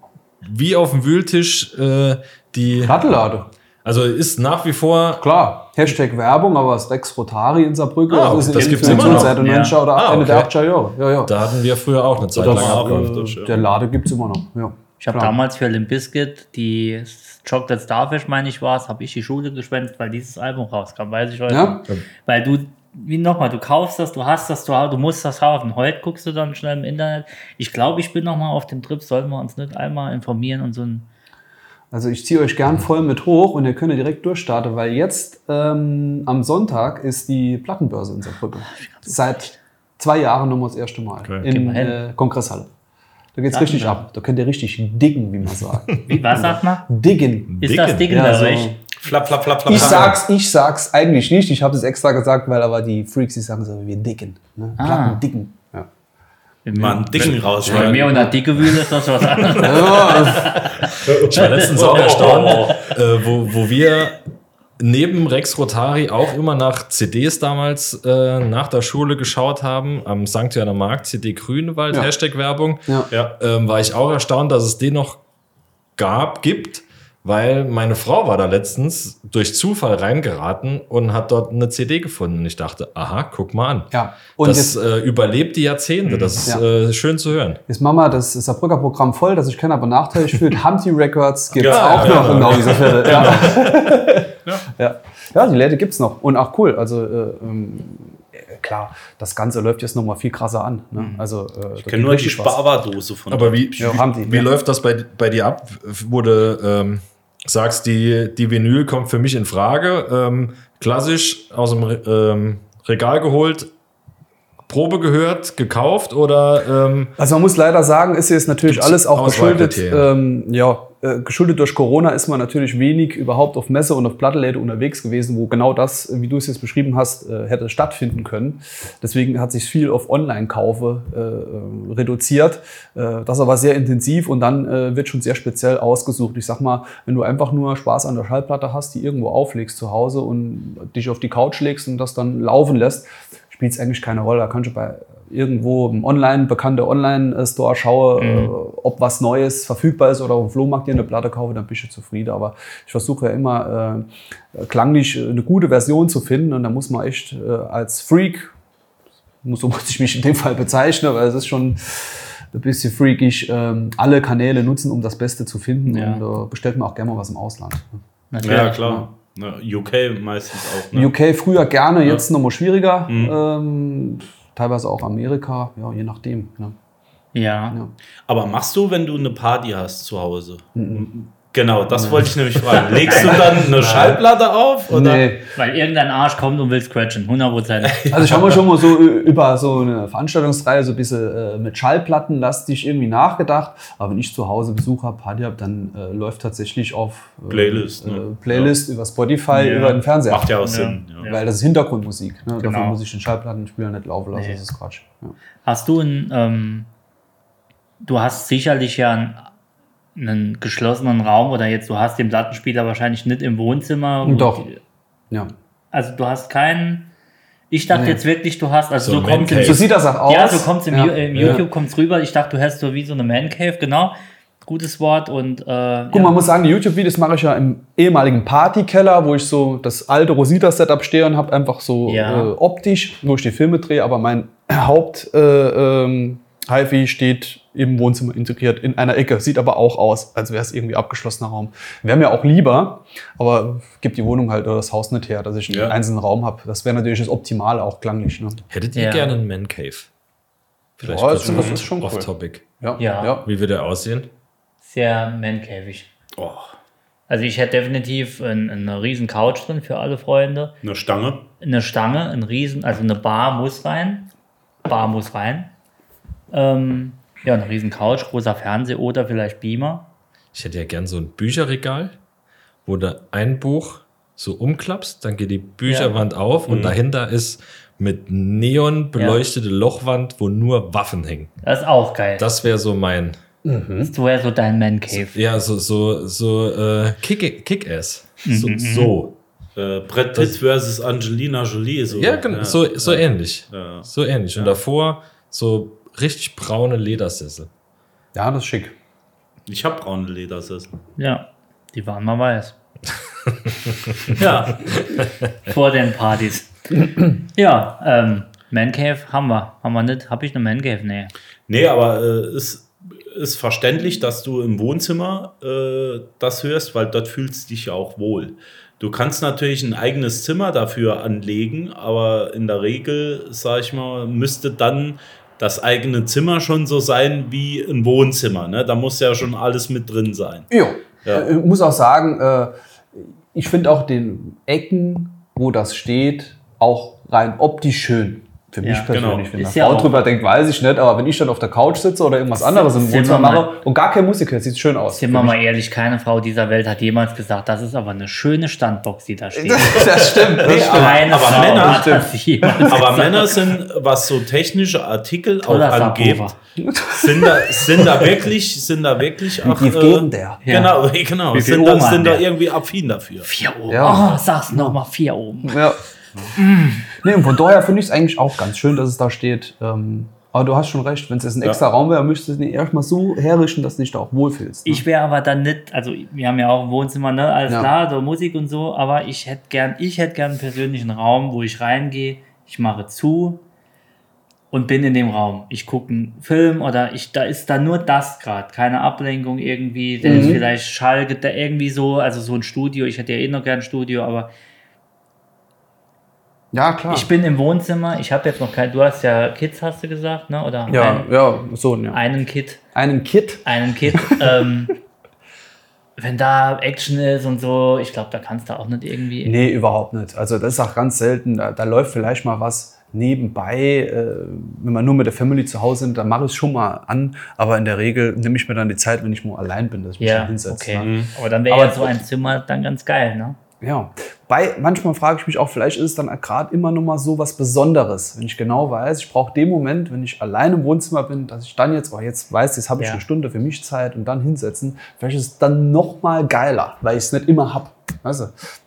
wie auf dem Wühltisch äh, die.
Plattellade.
Also ist nach wie vor.
Klar, Hashtag Werbung, aber das Rex Rotari in Saarbrücken,
Ah,
das ist
das
in
gibt's
der
immer noch.
Seit den
Ja.
neunziger oder
Ah,
Ende der
okay.
achtziger Jahre. Ja, ja.
Da hatten wir früher auch eine Zeit
Das,
lang.
auch
äh,
öfters, ja.
der Lade gibt es immer noch. Ja.
Ich habe
Klar.
damals für Limp Bizkit die Chocolate Starfish, meine ich war es, habe ich die Schule gespendet, weil dieses Album rauskam, weiß ich heute.
Ja?
Weil du, wie nochmal, du kaufst das, du hast das, du, du musst das kaufen. Heute guckst du dann schnell im Internet. Ich glaube, ich bin nochmal auf dem Trip, sollten wir uns nicht einmal informieren und so ein.
Also ich ziehe euch gern voll mit hoch und ihr könnt direkt durchstarten, weil jetzt ähm, am Sonntag ist die Plattenbörse in Saarbrücken. Seit zwei Jahren nur das erste Mal
Okay.
in
Geh mal hin.
äh, Kongresshalle. Da geht's richtig
Plattenbörse.
ab. Da könnt ihr richtig diggen, wie man sagt.
Wie, was sagt man?
Diggen.
Ist das Ding
Ja,
bei
so.
euch?
Flapp, flapp, flapp, flapp.
Ich sag's, ich sag's eigentlich nicht. Ich habe es extra gesagt, weil aber die Freaks, die sagen so, wir dicken. Ne?
Ah.
Platten dicken. Ja.
Mal einen dicken raus.
Bei mir und der dicke Wühle ist das was anderes.
Ich war letztens auch erstaunt, äh, wo, wo wir neben Rex Rotari auch immer nach C Ds damals äh, nach der Schule geschaut haben, am Sankt Johanner Markt, C D Grünewald,
Ja.
Hashtag Werbung,
Ja.
Ja.
ähm, war ich auch erstaunt, dass es den noch gab, gibt, weil meine Frau war da letztens durch Zufall reingeraten und hat dort eine C D gefunden. Und ich dachte, aha, guck mal an.
Ja. Und
das
jetzt,
äh, überlebt die Jahrzehnte. Das ist
Ja.
äh, schön zu hören.
jetzt machen wir das Saarbrücker Programm voll, das ich kenne, aber nachteilig fühlt. Humpty Records gibt es
Ja,
auch
ja,
noch
ja,
in
ja.
dieser Viertel. Ja. Ja. Ja, die Läden gibt es noch. Und ach cool, also äh, ähm, klar, das Ganze läuft jetzt noch mal viel krasser an. Ne? Also, äh,
Ich kenne nur die Sparbardose von
Aber wie,
Ja,
wie,
haben die,
wie
ja.
läuft das bei, bei dir ab? Wo du ähm, sagst, die, die Vinyl kommt für mich in Frage. Ähm, klassisch aus dem Re- ähm, Regal geholt, Probe gehört, gekauft oder ähm,
Also man muss leider sagen, ist jetzt natürlich
Gibt's
alles auch geschuldet,
Auswahlkriterien?
ähm, ja, äh, geschuldet durch Corona ist man natürlich wenig überhaupt auf Messe und auf Plattenläden unterwegs gewesen, wo genau das, wie du es jetzt beschrieben hast, äh, hätte stattfinden können. Deswegen hat sich viel auf Online-Kaufe äh, reduziert. Äh, das aber sehr intensiv und dann äh, wird schon sehr speziell ausgesucht. Ich sag mal, wenn du einfach nur Spaß an der Schallplatte hast, die irgendwo auflegst zu Hause und dich auf die Couch legst und das dann laufen lässt, spielt es eigentlich keine Rolle. Da kannst du bei irgendwo im Online, bekannte Online-Store schaue, mhm. äh, ob was Neues verfügbar ist oder auf dem Flohmarkt dir eine Platte kaufe, dann bist du zufrieden. Aber ich versuche ja immer äh, klanglich eine gute Version zu finden und da muss man echt äh, als Freak, so muss ich mich in dem Fall bezeichnen, weil es ist schon ein bisschen freakig, äh, alle Kanäle nutzen, um das Beste zu finden
Ja.
und äh, bestellt man auch gerne mal was im Ausland.
Natürlich.
Ja, klar. Ja, U K meistens auch. Ne?
U K früher gerne, jetzt
Ja.
nochmal schwieriger.
Mhm.
Ähm, teilweise auch Amerika, ja, je nachdem. Ne?
Ja.
Ja.
Aber machst du, wenn du eine Party hast zu Hause? Genau, das wollte ich nämlich fragen. Legst du dann eine Schallplatte auf? Oder?
Nee.
Weil irgendein Arsch kommt und will scratchen, hundert Prozent.
Also ich habe mir schon mal so über so eine Veranstaltungsreihe so ein bisschen äh, mit Schallplatten lastig irgendwie nachgedacht. Aber wenn ich zu Hause Besuch habe, Party habe, dann äh, läuft tatsächlich auf äh,
Playlist, ne?
äh, Playlist über Spotify,
Ja.
über den Fernseher.
Macht ja auch Sinn.
Ja.
Ja.
Weil das ist Hintergrundmusik. Ne?
Genau.
Dafür muss ich den Schallplattenspieler nicht laufen lassen,
Nee.
das ist Quatsch. Ja.
Hast du ein, ähm, du hast sicherlich ja einen, einen geschlossenen Raum oder jetzt, du hast den Plattenspieler wahrscheinlich nicht im Wohnzimmer. wo
Doch.
die-
Ja.
Also du hast keinen, ich dachte
Nee.
jetzt wirklich, du hast, also
So
du
ein
kommst im,
Man Cave.
So sieht das auch aus.
ja, du kommst im,
Ja.
Ju- im
Ja.
YouTube, kommst rüber, ich dachte, du hast so wie so eine Man Cave, genau, gutes Wort und äh,
Guck, man muss sagen, die YouTube-Videos mache ich ja im ehemaligen Partykeller, wo ich so das alte Rosita-Setup stehe und habe einfach so
Ja.
äh, optisch, wo ich die Filme drehe, aber mein Haupt äh, ähm, Hi-Fi steht im Wohnzimmer integriert in einer Ecke, sieht aber auch aus, als wäre es irgendwie abgeschlossener Raum. Wäre mir auch lieber, aber gibt die Wohnung halt oder das Haus nicht her, dass ich einen
Ja.
einzelnen Raum habe. Das wäre natürlich das Optimale, auch klanglich. Ne?
hättet ihr
Ja.
gerne einen Man Cave? Vielleicht
Ja,
kurz
das- das ist schon cool.
off-topic.
Ja.
Ja.
Ja.
Wie wird der aussehen?
sehr Man Caveig.
Oh,
Also ich hätte definitiv ein, eine riesen Couch drin für alle Freunde.
eine Stange.
Eine Stange, ein riesen, also eine Bar muss rein. Bar muss rein. Ähm, ja, eine riesen Couch, großer Fernseher oder vielleicht Beamer.
Ich hätte ja gern so ein Bücherregal, wo du ein Buch so umklappst, dann geht die Bücherwand auf und dahinter ist mit Neon beleuchtete Lochwand, wo nur Waffen hängen.
Das ist auch geil.
Das wäre so mein,
Das wäre so dein Man Cave.
ja, so, so, so äh, Kick- Kick-Ass. So, so.
Äh, Brad Pitt versus Angelina Jolie. So.
Ja, genau, so, so ähnlich.
Ja.
So ähnlich. Und davor so richtig braune Ledersessel.
Ja, das ist schick.
Ich habe braune Ledersessel.
Ja, die waren mal weiß.
Ja,
Vor den Partys. Ja, ähm, Man Cave haben wir. Haben wir nicht? Habe ich eine Man Cave? Nee.
nee, aber äh, ist, ist verständlich, dass du im Wohnzimmer äh, das hörst, weil dort fühlst du dich ja auch wohl. Du kannst natürlich ein eigenes Zimmer dafür anlegen, aber in der Regel, sag ich mal, müsste dann das eigene Zimmer schon so sein wie ein Wohnzimmer. Ne? Da muss ja schon alles mit drin sein.
Jo.
Ja.
Äh, Ich muss auch sagen, äh, ich finde auch den Ecken, wo das steht, auch rein optisch schön. Für mich
Ja,
persönlich.
genau.
Wenn eine
Ist ja
Frau
auch-
drüber denkt, weiß ich nicht. Aber wenn ich dann auf der Couch sitze oder irgendwas anderes im
Sind wir
Wohnzimmer
mal-
mache und gar keine Musik hört, sieht schön aus.
Sind wir mal ehrlich, keine Frau dieser Welt hat jemals gesagt, das ist aber eine schöne Standbox, die da steht.
Das stimmt. Das stimmt.
Keine
aber
Frau
Männer-
hat das jemals
Aber
gesagt.
Männer sind, was so technische Artikel
Toller
auch angeht,
Subwoofer.
sind da, sind da wirklich, sind da wirklich auch,
tief geht denn der?
Genau, genau,
Wie viel
sind, da,
Ohm hat
sind da
der?
irgendwie affin dafür.
Vier oben.
Ja.
Oh, sag's nochmal, vier oben.
Ja. Nee, und von daher finde ich es eigentlich auch ganz schön, dass es da steht. Ähm, Aber du hast schon recht, wenn es jetzt ein extra Raum wäre, müsstest du den erstmal so herrichten, dass du dich da auch wohlfühlst. Ne?
Ich wäre aber dann nicht, also wir haben ja auch ein Wohnzimmer, ne, alles
Ja.
klar, so Musik und so, aber ich hätte gern, ich hätte gern einen persönlichen Raum, wo ich reingehe, ich mache zu und bin in dem Raum. Ich gucke einen Film oder ich, da ist da nur das gerade, keine Ablenkung irgendwie, der ist vielleicht Schall, da irgendwie so, also so ein Studio, ich hätte ja eh noch gern ein Studio, aber
Ja, klar.
ich bin im Wohnzimmer, ich habe jetzt noch kein, du hast ja Kids, hast du gesagt, ne, oder
ja,
ein,
ja, so, ja.
einen Kid.
Einen Kit.
einen Kid, ähm, wenn da Action ist und so, ich glaube, da kannst du auch nicht irgendwie...
Nee, überhaupt nicht. Also das ist auch ganz selten. Da, da läuft vielleicht mal was nebenbei. Äh, wenn wir nur mit der Family zu Hause sind, dann mache ich es schon mal an. Aber in der Regel nehme ich mir dann die Zeit, wenn ich nur allein bin, dass ich mich
Ja,
dann hinsetze.
okay.
Ne?
Aber dann wäre
Aber-
ja so ein Zimmer dann ganz geil, ne?
Ja. Bei, manchmal frage ich mich auch, vielleicht ist es dann gerade immer noch mal so was Besonderes, wenn ich genau weiß, ich brauche den Moment, wenn ich allein im Wohnzimmer bin, dass ich dann jetzt, oh, jetzt weiß, jetzt habe ich
Ja.
eine Stunde für mich Zeit und dann hinsetzen. Vielleicht ist es dann noch mal geiler, weil ich es nicht immer habe. Weißt du?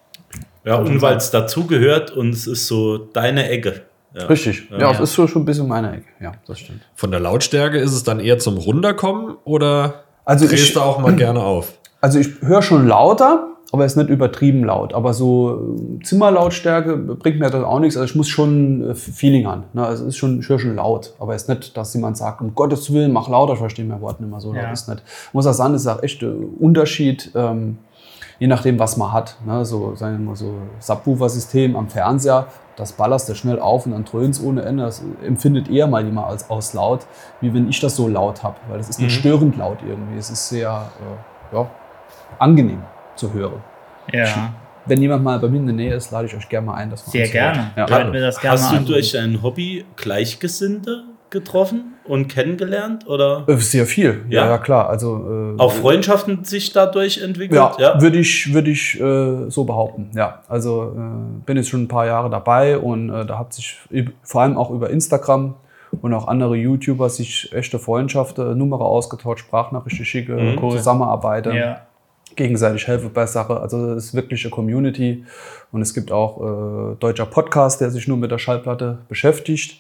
Ja, und weil es dazugehört und es ist so deine Ecke. Ja.
Richtig. Ja, es ist schon, schon ein bisschen meine Ecke. Ja, das stimmt.
Von der Lautstärke ist es dann eher zum Runterkommen oder
Also
drehst
ich-
du auch mal gerne auf?
Also ich höre schon lauter, aber es ist nicht übertrieben laut. Aber so äh, Zimmerlautstärke bringt mir das auch nichts. Also ich muss schon äh, Feeling haben. Ne? Also es ist schon, ich höre schon laut. Aber es ist nicht, dass jemand sagt, um Gottes Willen, mach lauter. Ich verstehe mein Wort nicht mehr so.
Ja.
laut ist nicht. Ich muss auch sagen, es ist auch echt ein Unterschied, ähm, je nachdem, was man hat. Ne? So, sagen wir mal so Subwoofer-System am Fernseher, das ballerst du schnell auf und dann dröhnt ohne Ende. Das empfindet eher mal jemand als aus laut, wie wenn ich das so laut habe. Weil das ist nicht störend laut irgendwie. Es ist sehr äh, ja, angenehm zu hören.
Ja,
Wenn jemand mal bei mir in der Nähe ist, lade ich euch gerne mal ein. Dass wir
sehr
uns
gerne.
hören. Ja.
Ich würde mir das gerne
Hast
mal
du durch
angucken.
dein Hobby Gleichgesinnte getroffen und kennengelernt? Oder
Äh, Sehr viel, ja,
Ja?
ja klar. Also, äh,
auch Freundschaften sich dadurch entwickelt?
Ja, würde ich, würd ich äh, so behaupten. Ja, also äh, bin jetzt schon ein paar Jahre dabei und äh, da hat sich üb- vor allem auch über Instagram und auch andere YouTuber sich echte Freundschaften, Nummer ausgetauscht, Sprachnachrichten schicke,
Cool.
Zusammenarbeiten.
Ja.
Gegenseitig helfe bei Sache. Also es ist wirklich eine Community und es gibt auch äh, deutscher Podcast, der sich nur mit der Schallplatte beschäftigt,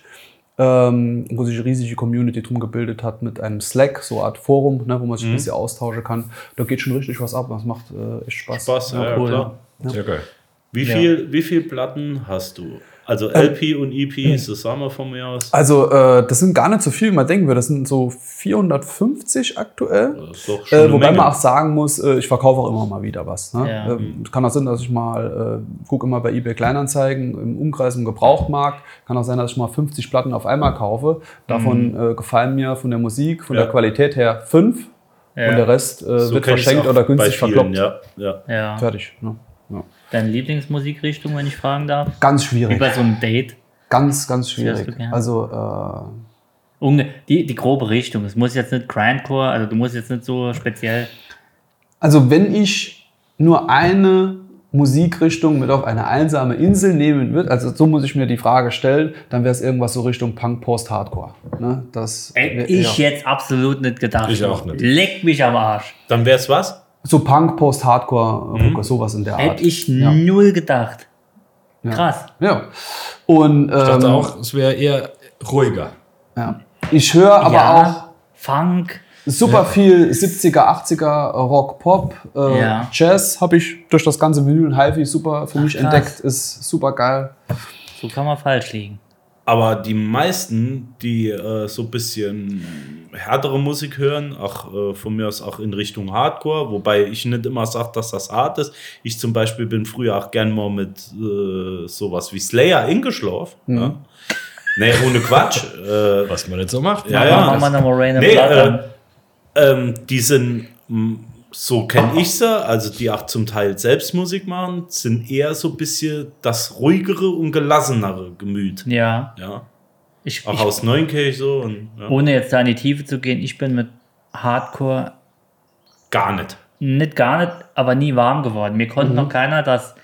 ähm, wo sich eine riesige Community drum gebildet hat mit einem Slack, so eine Art Forum, ne, wo man sich ein bisschen austauschen kann. Da geht schon richtig was ab, das macht äh, echt Spaß.
Spaß, ja,
cool.
klar.
Sehr geil.
Wie
Ja.
viel, wie viel Platten hast du? Also L P und E P zusammen von mir aus?
Also äh, das sind gar nicht so viel, wie man denken würde. Das sind so vierhundertfünfzig aktuell.
Das ist doch schon
Äh,
eine
wobei
Menge.
man auch sagen muss, äh, ich verkaufe auch immer mal wieder was. Ne?
Ja.
Äh, es kann auch sein, dass ich mal, äh, gucke immer bei eBay Kleinanzeigen im Umkreis im Gebrauchtmarkt. Kann auch sein, dass ich mal fünfzig Platten auf einmal kaufe. Davon äh, gefallen mir von der Musik, von
Ja.
der Qualität her fünf.
Ja.
Und der Rest äh,
So
wird
kenn ich's
verschenkt
auch
oder
bei
günstig
vielen,
verkloppt.
Ja, ja.
Ja.
Fertig. Ne? Ja.
Deine Lieblingsmusikrichtung, wenn ich fragen darf?
Ganz
Wie
schwierig.
bei so einem Date?
Ganz, ganz
hörst
schwierig.
du gern?
Also äh,
Unge die, die grobe Richtung. Es muss jetzt nicht Grindcore, also du musst jetzt nicht so speziell.
Also wenn ich nur eine Musikrichtung mit auf eine einsame Insel nehmen würde, also so muss ich mir die Frage stellen, dann wäre es irgendwas so Richtung Punk, Post, Hardcore. Ne? Das
Ey,
wär-
ich
ja.
jetzt absolut nicht gedacht.
Ich auch nicht.
Leck mich am Arsch.
Dann wäre es was?
So Punk, Post, Hardcore,
Mhm.
sowas in der Art.
Hätte ich
ja.
null gedacht.
Ja.
Krass.
Ja. Und
Ich dachte
ähm,
auch, es wäre eher ruhiger.
ja. Ich höre aber
ja, Funk.
auch super viel siebziger, achtziger Rock, Pop, äh,
Ja.
Jazz habe ich durch das ganze Vinyl und Hi-Fi super für mich
krass.
entdeckt. Ist super geil.
So kann man falsch liegen.
Aber die meisten, die äh, so ein bisschen härtere Musik hören, auch äh, von mir aus auch in Richtung Hardcore, wobei ich nicht immer sage, dass das hart ist. Ich zum Beispiel bin früher auch gern mal mit äh, sowas wie Slayer eingeschlafen.
Mhm.
Ja? Nee, ohne Quatsch. äh,
Was man jetzt so macht.
Ja,
Machen
ja.
wir mal nochmal Rain and
Nee,
Blood
äh,
an.
ähm, die sind, mh, so kenne ich sie, also die auch zum Teil selbst Musik machen, sind eher so ein bisschen das ruhigere und gelassenere Gemüt.
Ja.
Ja.
Ich,
Auch
ich,
aus Neunkirch so und ja.
ohne jetzt da in die Tiefe zu gehen, ich bin mit Hardcore
Gar nicht.
nicht gar nicht, aber nie warm geworden. Mir konnte noch keiner das.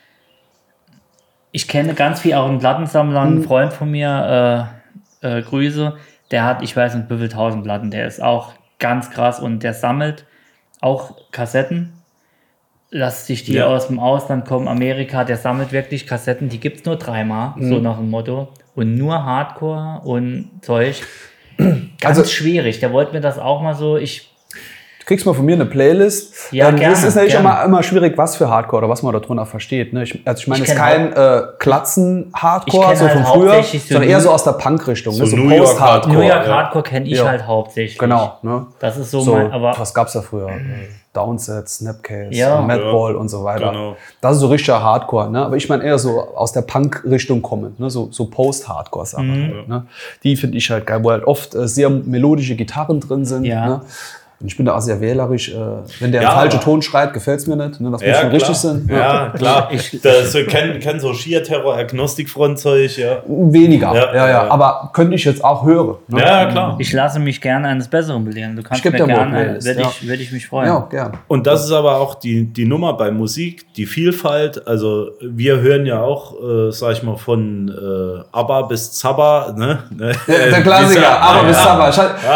Ich kenne ganz viel, auch einen Plattensammler, ein Freund von mir, äh, äh, Grüße, der hat, ich weiß nicht, wie viel tausend Platten, der ist auch ganz krass und der sammelt auch Kassetten. Lass sich die
Ja.
aus dem Ausland kommen, Amerika, der sammelt wirklich Kassetten, die gibt es nur dreimal, so nach dem Motto. Und nur Hardcore und Zeug. Ganz
Also-
schwierig. Der wollte mir das auch mal so. Ich
Du kriegst mal von mir eine Playlist.
Ja,
ähm,
gerne,
Es ist natürlich
gerne.
immer, immer schwierig, was für Hardcore oder was man darunter versteht. Ne? Ich, also ich meine,
Ich
es ist
kenn
kein äh,
Ich
Klatzen-Hardcore,
kenn
so
halt
von früher,
hauptsächlich so
sondern eher
New-
so aus der Punk-Richtung.
So
ne? So
New York
Post-Hardcore.
New York
ja.
Hardcore kenne ich
Ja.
halt hauptsächlich.
Genau. Ne?
Das ist so,
So,
mein. Aber
was gab's da früher? Äh, Downset, Snapcase,
Ja.
Madball und so weiter.
Genau.
Das ist so richtiger Hardcore. Ne? Aber ich meine eher so aus der Punk-Richtung kommend. Ne? So, so Post-Hardcore-Sachen.
Mhm.
Halt, ne? Die finde ich halt geil, wo halt oft äh, sehr melodische Gitarren drin sind.
Ja.
Ne? Und ich bin da auch sehr wählerisch. Äh, wenn der
Ja,
einen falschen
aber-
Ton schreit, gefällt es mir nicht. Ne? Das muss
Ja,
schon
klar.
richtig sein.
Ja, klar.
Ich-
das so, kenn, kenn so Sheer-Terror, Agnostic-Front-Zeug, ja.
Weniger. Ja,
Ja,
ja,
ja.
Aber könnte ich jetzt auch hören. Ne?
Ja, klar.
ich lasse mich gerne eines Besseren belehren. Du kannst
Ich geb
mir
dir mal
gerne,
eine Playlist,
würde
ja.
ich, würd ich mich freuen.
Ja, gern.
Und das ist aber auch die, die Nummer bei Musik, die Vielfalt. Also wir hören ja auch, äh, sag ich mal, von äh, ABBA bis Zabba. Ne?
Der Klassiker, aber bis Sabber.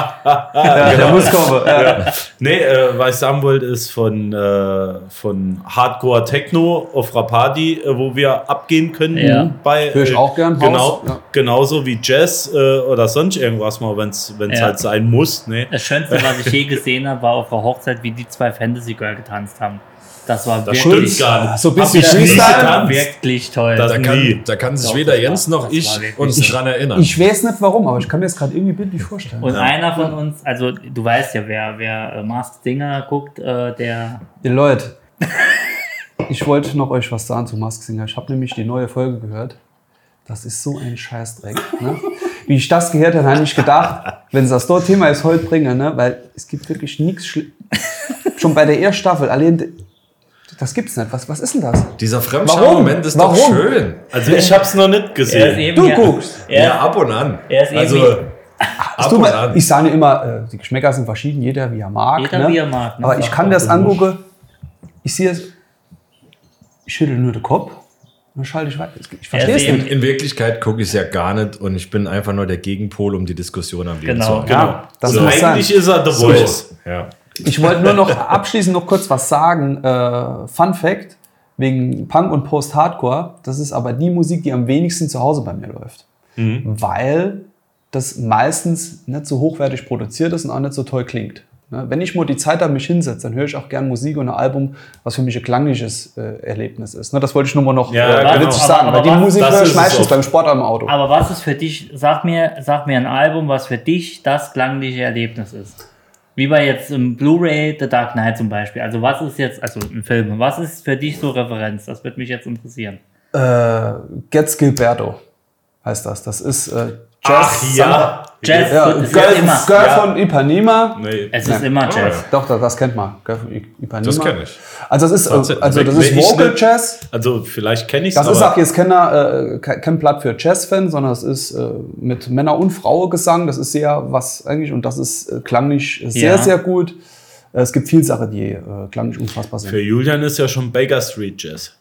Ja, der muss kommen. Ja.
Ja. Nee, äh, was ich sagen wollte, ist von, äh, von Hardcore Techno auf Rapadi, äh, wo wir abgehen können.
Ja.
Bei,
Hör ich auch gern,
Genau,
Haus, ja.
Genauso wie Jazz äh, oder sonst irgendwas mal, wenn es
Ja.
halt sein muss. Ne?
Das Schönste, was ich je gesehen habe, war auf der Hochzeit, wie die zwei Fantasy Girl getanzt haben. Das war
Das
wirklich,
stimmt gar nicht.
So ein bisschen
Hab ich nie
Freestyle.
getanzt.
wirklich toll.
Das-
Da
Nie.
kann, da kann sich
Doch,
weder
das war-
Jens noch
das
ich
war wirklich-
uns dran erinnern.
Ich weiß nicht warum, aber ich kann mir das gerade irgendwie bildlich vorstellen.
Und einer von uns, also du weißt ja, wer, wer äh, Masked Singer guckt, äh, der
Ihr Leute, ich wollte noch euch was sagen zu Masked Singer. Ich habe nämlich die neue Folge gehört. Das ist so ein Scheißdreck. Ne? Wie ich das gehört habe, habe ich gedacht, wenn sie das dort Thema ist, heute bringen, ne? Weil es gibt wirklich nichts Schlimmes. Schon bei der ersten Staffel, allein, das gibt's nicht. Was, was ist denn das?
Dieser Fremdschau-Moment ist doch
Warum?
schön.
Also ich hab's noch nicht
er ist
gesehen.
eben
Du
ja,
guckst.
Er,
Ja, ab und an.
er ist
also,
irgendwie-
ab
Du,
und
mal,
an.
ich sage immer, äh, die Geschmäcker sind verschieden, jeder wie er mag.
Jeder
ne?
wie er mag, ne?
Aber ich
Sagt
kann
auch
das
so.
angucken, ich sehe es, ich schüttel nur den Kopf und dann schalte ich weiter. Ich verstehe es
Er ist
nicht.
In Wirklichkeit gucke ich es ja gar nicht und ich bin einfach nur der Gegenpol, um die Diskussion am Leben
Genau.
zu halten.
Ja, das
So,
muss
eigentlich
sein.
ist er The
So.
Voice.
Ja.
Ich wollte nur noch abschließend noch kurz was sagen. Äh, Fun Fact, wegen Punk und Post-Hardcore, das ist aber die Musik, die am wenigsten zu Hause bei mir läuft. Weil das meistens nicht so hochwertig produziert ist und auch nicht so toll klingt. Ne? Wenn ich mal die Zeit habe, mich hinsetze, dann höre ich auch gern Musik und ein Album, was für mich ein klangliches äh, Erlebnis ist. Ne? Das wollte ich nur mal noch
Ja,
äh,
genau.
witzig
Aber-
sagen,
aber
weil die
was-
Musik
das
höre ich
ist es
meistens
auch.
beim Sport am Auto.
Aber was ist für dich, sag mir, sag mir ein Album, was für dich das klangliche Erlebnis ist. Wie bei jetzt im Blu-ray The Dark Knight zum Beispiel. Also was ist jetzt, also ein Film, was ist für dich so Referenz? Das würde mich jetzt interessieren.
Äh, Gets Gilberto heißt das. Das ist äh, Jazz.
Ach ja.
Jazz
Ja,
es
Girl,
ist immer.
Girl
Ja.
von Ipanema.
Nee.
Es ist
Ja.
immer
Oh,
Jazz.
ja.
Doch, das, das kennt man. Girl von Ipanema.
Das kenn ich.
Also das ist, äh,
Tatsächlich.
also das
Nee,
ist
ich
Vocal
nicht.
Jazz.
Also vielleicht kenne ich es,
Das
aber
ist auch jetzt keiner, äh, ke- kein Blatt für Jazz-Fan, sondern es ist äh, mit Männer- und Frauengesang. Das ist sehr was eigentlich und das ist äh, klanglich sehr,
Ja.
sehr gut. Äh, es gibt viele Sachen, die äh, klanglich unfassbar sind.
für Julian ist ja schon Baker Street Jazz.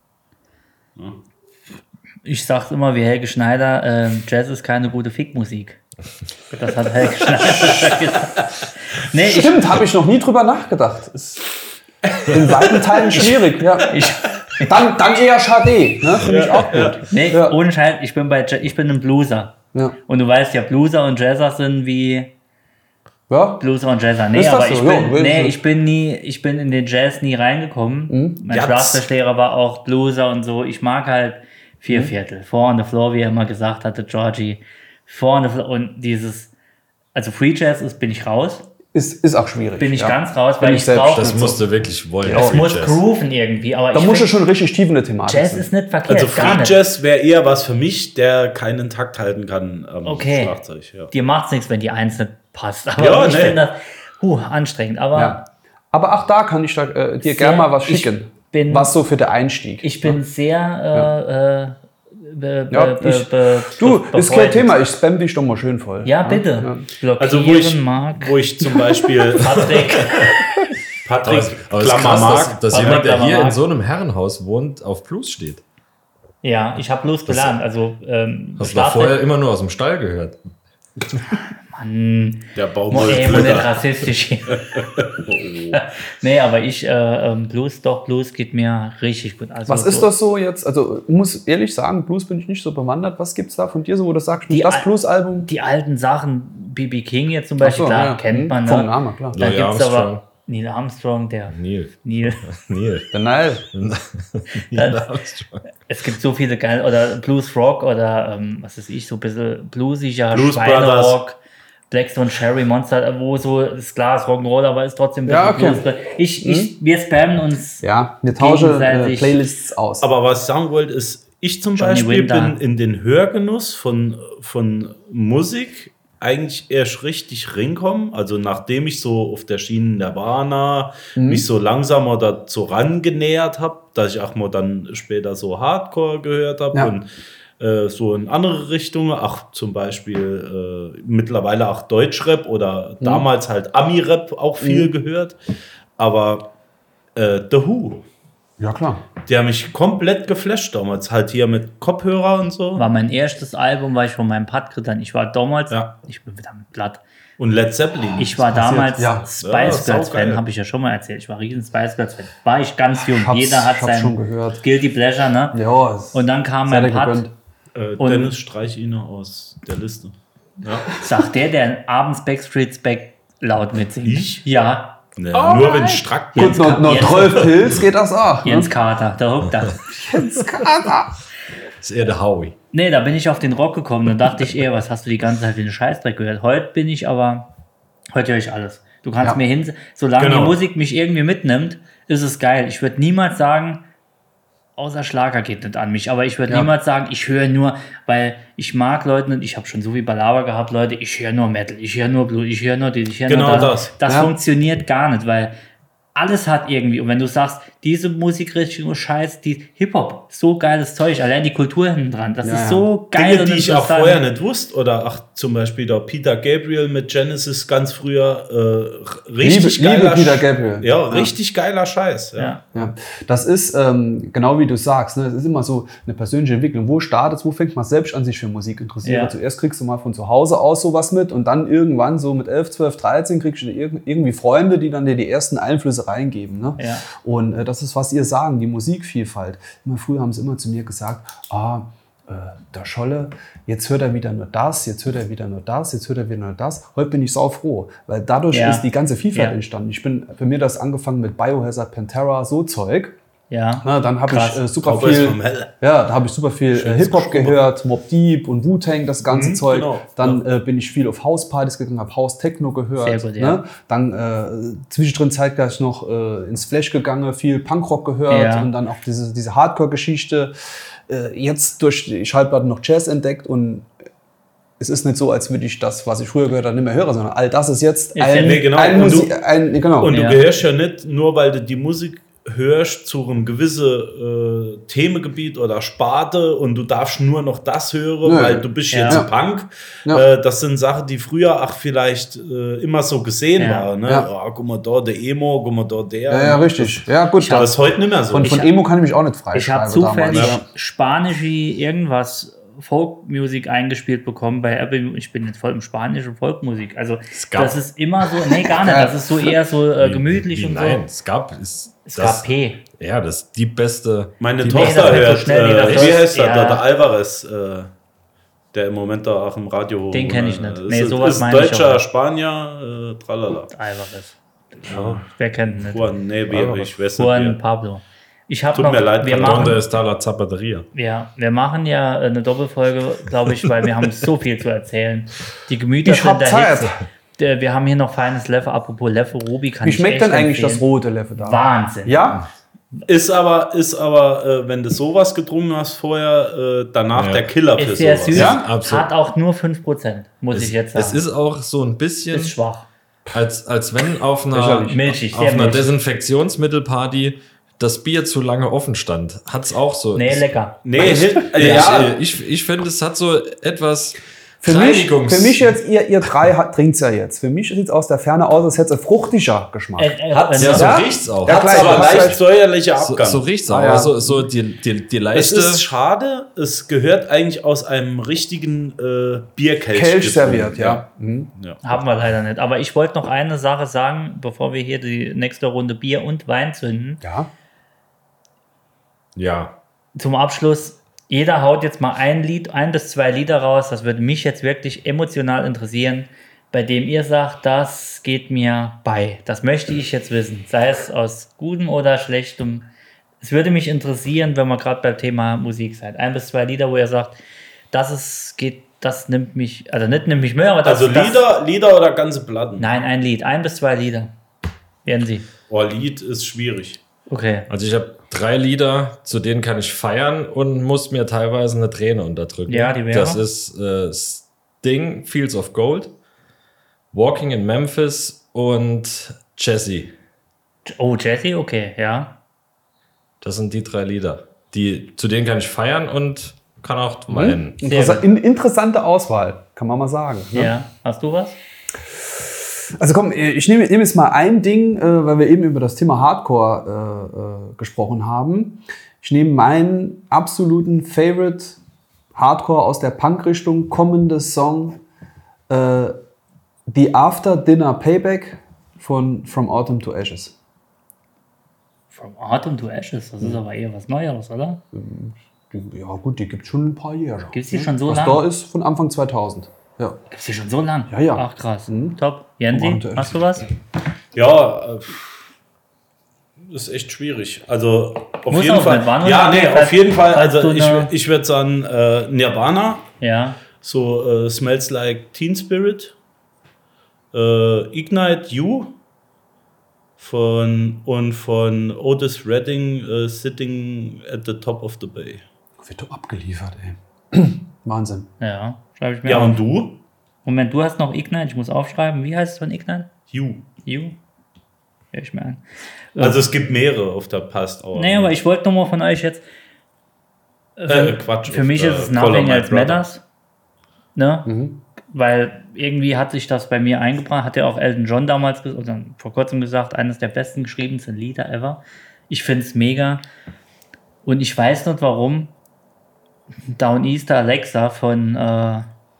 Ich sag's immer wie Helge Schneider, äh, Jazz ist keine gute Fickmusik. Das hat Helge Schneider gesagt. Nee, ich,
Stimmt, habe ich noch nie drüber nachgedacht. Ist in weiten Teilen schwierig. Ja.
ich,
Dann, dann eher Schade, ne? Finde ich auch gut.
nee,
Ja.
ohne Scheiß, ich bin bei Jazz, ich bin ein Blueser.
Ja.
Und du weißt ja, Blueser und Jazzer sind wie
Ja?
Blueser und Jazzer. Nee,
Ist das
aber
so?
ich
Ja,
bin,
will-
nee,
so.
ich bin nie, ich bin in den Jazz nie reingekommen. Mein
Jazz.
Schlagzeuglehrer war auch Blueser und so. Ich mag halt vier Viertel. Four on the floor, wie er immer gesagt hatte, Georgie. Four on the floor und dieses, also Free Jazz ist, bin ich raus.
Ist, ist auch schwierig.
Bin ich
ja.
ganz raus,
Bin
weil
ich
ich
selbst.
brauche.
Das musst du wirklich wollen.
Es
Free
muss
Jazz.
grooven irgendwie, aber
Da
ich
muss ja
find,
schon richtig tief in der Thematik
Jazz
sein.
ist nicht verkehrt,
Also
gar
Free
nicht.
Jazz wäre eher was für mich, der keinen Takt halten kann am
Okay.
Schlagzeug. Ja.
Dir macht's nichts, wenn die Eins nicht passt. Aber
Ja,
ich
nee.
finde das huh, anstrengend. Aber
Ja. Aber auch da kann ich da, äh, dir
Sehr-
gerne mal was
ich
schicken.
bin-
was so für den Einstieg.
ich bin sehr äh, äh, be, be,
Ja,
be,
ich-
be,
du,
be,
ist kein Thema. Ich spam dich doch mal schön voll.
Ja, bitte. Blockieren,
Also wo ich,
Marc.
wo ich zum Beispiel
Patrick.
Aber,
Patrick
es- aber es ist
Klammer
krass, dass,
mag.
dass
Aber
jemand, der
Klammer
hier
mag.
in so einem Herrenhaus wohnt, auf Blues steht.
Ja, ich habe bloß gelernt. Also ähm,
Hast du doch
Schlagzeug-
vorher immer nur aus dem Stall gehört.
Mann.
Der
Ey, wo nicht
Baumwollpflücker.
rassistisch hier. Nee, aber ich, äh, ähm, Blues, doch, Blues geht mir richtig gut. Also
Was ist
so,
das so jetzt? Also, ich muss ehrlich sagen, Blues bin ich nicht so bewandert. Was gibt's da von dir so, wo du sagst,
Die
das
Al-
Blues-Album?
Die alten Sachen, B B King jetzt zum Beispiel,
Ach so,
klar,
ja.
kennt
Hm,
man.
vom
Ne?
Namen, klar.
Da
Neil
gibt's
Armstrong.
aber Neil Armstrong, der
Neil.
Neil.
Neil.
Der Nile.
Neil Armstrong.
Es gibt so viele geile, oder Blues Rock oder ähm, was weiß ich, so ein bisschen bluesiger
Blues
Schweinerock, Blackstone Cherry Monster, wo so das Glas Rock'n'Roll, aber ist trotzdem ein
Ja,
bisschen
okay.
Blues. Ich, ich, wir spammen uns.
Ja, wir tauschen äh,
Gegenseitig.
Playlists aus.
Aber was ich sagen wollte, ist, ich zum
Johnny
Beispiel
Winter.
bin in den Hörgenuss von, von Musik eigentlich erst richtig reinkommen. Also nachdem ich so auf der Schiene Nirvana mich so langsamer dazu rangenähert habe, dass ich auch mal dann später so Hardcore gehört habe
Ja.
und äh, so in andere Richtungen, auch zum Beispiel äh, mittlerweile auch Deutschrap oder damals halt Ami-Rap auch viel gehört. Aber äh, The Who,
Ja, klar.
die haben mich komplett geflasht damals, halt hier mit Kopfhörer und so.
War mein erstes Album, weil ich von meinem Part dann. Ich war damals,
Ja.
ich bin wieder platt.
Und Led Zeppelin.
Ich war
passiert,
damals
ja.
Ja,
Spice Girls
saugeil.
Fan, habe ich ja schon mal erzählt. Ich war riesen Spice Girls Fan. War ich ganz jung.
hab's-
Jeder hat
ich hab's
sein
schon gehört.
Guilty Pleasure, ne?
Ja, es
Und dann kam
sei
mein
dir
Part.
gegönnt.
äh,
und-
Dennis streich ihn aus der Liste. Ja.
Sagt der, der abends Backstreet's Back laut mitsingt.
Ich?
Ja.
Ja, nur wenn Strack
Gut, noch, noch
Jens-
zwölf Pilz geht das auch.
Jens
Ne?
Carter, der huckt da.
Das ist eher der Howie.
Nee, da bin ich auf den Rock gekommen. Da dachte ich eher, was hast du die ganze Zeit für einen Scheißdreck gehört? Heute bin ich aber, heute höre ich alles. Du kannst
Ja.
mir hin, solange
Genau.
die Musik mich irgendwie mitnimmt, ist es geil. Ich würde niemals sagen, außer Schlager geht nicht an mich, aber ich würde
Ja.
niemals sagen, ich höre nur, weil ich mag Leute und ich habe schon so viel Balaber gehabt, Leute, ich höre nur Metal, ich höre nur Blues, ich höre nur das, ich höre
Genau
nur das.
das.
Das
Ja.
funktioniert gar nicht, weil alles hat irgendwie, und wenn du sagst, diese Musikrichtung ist scheiß, die Hip-Hop, so geiles Zeug, allein die Kultur hinten dran, das
Ja,
ist
ja.
so geil.
Dinge,
und
die ich auch
interessant.
vorher nicht wusste. Oder ach, zum Beispiel der Peter Gabriel mit Genesis ganz früher. Äh, richtig
Liebe- liebe
geiler
Peter
Sch-
Gabriel.
Ja,
Ja.
richtig geiler Scheiß. Ja.
Ja.
Ja, das ist ähm, genau wie du sagst. Ne? Es ist immer so eine persönliche Entwicklung. Wo startet es, wo fängt man selbst an, sich für Musik interessieren?
Ja.
Zuerst kriegst du mal von zu Hause aus sowas mit und dann irgendwann so mit elf, zwölf, dreizehn kriegst du irg- irgendwie Freunde, die dann dir die ersten Einflüsse reingeben. Ne?
Ja.
Und äh, das ist, was ihr sagen, die Musikvielfalt. Immer früher haben sie immer zu mir gesagt, ah, äh, der Scholle, jetzt hört er wieder nur das, jetzt hört er wieder nur das, jetzt hört er wieder nur das. Heute bin ich saufroh, weil dadurch
Ja.
ist die ganze Vielfalt
Ja.
entstanden. Ich bin, für mir das angefangen mit Biohazard, Pantera, so Zeug.
Ja.
Na, dann habe
Krass.
ich äh, super
Cowboys
viel,
vom Hell.
ja, da habe ich super viel äh, Hip-Hop
Schrubber.
gehört, Mobb Deep und Wu-Tang, das ganze
Mhm,
Zeug.
genau.
Dann äh, bin ich viel auf House-Partys gegangen, habe House-Techno gehört.
Sehr gut, ja.
Ne? Dann äh, zwischendrin zeitgleich noch äh, ins Flash gegangen, viel Punkrock gehört
Ja.
und dann auch diese, diese Hardcore-Geschichte. Äh, jetzt durch die Schallplatten noch Jazz entdeckt und es ist nicht so, als würde ich das, was ich früher gehört habe, nicht mehr hören, sondern all das ist jetzt
Ist
ein,
ja-
Nee, genau.
ein,
Und
Musi
du-
ein genau.
Und
Ja.
du gehörst ja nicht, nur weil du die Musik hörst zu einem gewissen äh, Themengebiet oder Sparte und du darfst nur noch das hören,
Nö.
weil du bist
Ja.
jetzt
Ja.
Punk.
Ja.
Äh, das sind Sachen, die früher auch vielleicht äh, immer so gesehen
Ja.
waren. Ne?
Ja.
Oh, guck mal da, der Emo, guck mal da, der.
ja, ja, richtig. Ja, gut.
Das ist heute nicht mehr so.
Von, von
Ich hab-
Emo kann ich mich auch nicht frei
Ich habe
schreiben
zufällig
damals.
spanische irgendwas Folkmusik eingespielt bekommen bei Apple. Ich bin jetzt voll im spanischen Folkmusik. Also
gab-
das ist immer so, nee, gar nicht. Das ist so eher so äh, gemütlich
Wie,
und
nein,
so.
es gab ist
Es
das,
gab P.
Ja, das ist die beste.
Meine
die
Tochter
das wird so
hört,
schnell, nee,
äh,
das
wie
läuft-
heißt der,
ja.
der, der Alvarez, äh, der im Moment da auch im Radio.
Den kenn ich nicht.
Äh,
Nee,
ist,
sowas
ist
meine ich
deutscher
auch.
Spanier, äh, tralala.
Alvarez. Ja. Wer kennt ihn nicht?
Juan, nee, wie,
Alvarez.
ich weiß
Juan
nicht. Wie.
Pablo. Ich habe
Tut
noch,
mir leid,
wir
verdammt.
Donde
machen,
está la Zapateria.
ja, wir machen ja eine Doppelfolge, glaube ich, weil wir haben so viel zu erzählen. Die Gemüter
Ich
sind
hab
der
Zeit.
Hitze. Der- Wir haben hier noch feines Leffe. Apropos Leffe, Ruby kann
Wie
ich
schmeckt
echt
denn eigentlich das
empfehlen.
rote Leffe da?
Wahnsinn.
Ja?
Ist aber, ist aber äh, wenn du sowas getrunken hast vorher, äh, danach
Ja.
der Killer für
Ist sehr
sowas.
süß,
Ja,
absolut.
hat auch nur fünf Prozent, muss ich jetzt sagen.
Es ist auch so ein bisschen,
ist schwach.
als, als wenn auf einer,
Lächerlich.
Milchig,
auf
sehr
einer
milchig.
Desinfektionsmittelparty das Bier zu lange offen stand. Hat es auch so.
Nee, lecker.
Nee, hit,
Ja,
ja,
ich, ich finde, es hat so etwas
Für mich,
Reinigungs-
für mich jetzt, ihr, ihr drei trinkt es ja jetzt. Für mich sieht es aus der Ferne aus, als hätte es ein fruchtiger Geschmack.
Äh, äh,
Hat's
äh,
Ja, so
Ja?
riecht's auch.
Ja,
Hat's
gleich,
Aber
aber
gleich.
leicht säuerlicher
so,
Abgang.
so riecht's auch.
Ah, ja.
so, so die, die, die
Es
leichte.
ist schade, es gehört eigentlich aus einem richtigen äh, Bierkelch.
Kelch
getrunken.
serviert, ja. Mhm.
ja.
Haben wir leider nicht. Aber ich wollte noch eine Sache sagen, bevor wir hier die nächste Runde Bier und Wein zünden.
Ja.
Ja.
Zum Abschluss, jeder haut jetzt mal ein Lied, ein bis zwei Lieder raus. Das würde mich jetzt wirklich emotional interessieren, bei dem ihr sagt, das geht mir bei. Das möchte ich jetzt wissen, sei es aus gutem oder schlechtem. Es würde mich interessieren, wenn wir gerade beim Thema Musik seid. Ein bis zwei Lieder, wo ihr sagt, das ist, geht, das nimmt mich, also nicht nimmt mich mehr, aber das
Also
das,
Lieder, Lieder oder ganze Platten?
Nein, ein Lied, ein bis zwei Lieder. Werden Sie.
Oh, Lied ist schwierig.
Okay.
Also ich habe drei Lieder, zu denen kann ich feiern und muss mir teilweise eine Träne unterdrücken.
Ja, die wäre?
Das ist äh, Sting, Fields of Gold, Walking in Memphis und Jesse.
Oh, Jesse, okay, ja.
Das sind die drei Lieder. Die, zu denen kann ich feiern und kann auch weinen.
Interessa in, interessante Auswahl, kann man mal sagen. Ne?
Ja. Hast du was?
Also komm, ich nehme, nehme jetzt mal ein Ding, äh, weil wir eben über das Thema Hardcore äh, äh, gesprochen haben. Ich nehme meinen absoluten Favorite Hardcore aus der Punk-Richtung kommende Song äh, The After Dinner Payback von From Autumn to Ashes.
From Autumn to Ashes, das ist aber eher was Neueres, oder?
Die, ja gut, die gibt es schon ein paar Jahre.
Gibt's die schon so
Was
lang?
da ist, von Anfang zweitausend. Ja.
Gibt's die schon so lang?
Ja, ja.
Ach krass,
Mhm.
top.
From
Jensi,
Autumn to Ashes.
hast du was?
Ja, äh, ist echt schwierig. Also auf
Muss
jeden
auch
Fall.
nicht, war nur
Ja,
eine
nee,
Idee, falls-
auf jeden Fall.
falls
Also
du
ich,
eine-
ich würde sagen äh, Nirvana,
Ja.
so äh, Smells Like Teen Spirit, äh, Ignite You von und von Otis Redding, äh, Sitting at the Top of the Bay.
Wird doch abgeliefert, ey. Wahnsinn.
Ja, schreibe ich mir
Ja,
auf.
und du?
Moment, du hast noch Ignite, ich muss aufschreiben. Wie heißt es von Ignite?
You.
You? Hör ich mir an.
Also es gibt mehrere auf der Past.
Nee, aber ich wollte nur mal von euch jetzt.
Äh, Quatsch.
Für
auf
mich
der
ist es
Call of
Nothing
My
Else
Brother.
Matters. Ne?
Mhm.
Weil irgendwie hat sich das bei mir eingebracht, hat ja auch Elton John damals ges- oder vor kurzem gesagt, eines der besten geschriebensten Lieder ever. Ich finde es mega. Und ich weiß nicht warum. Down Easter Alexa von äh,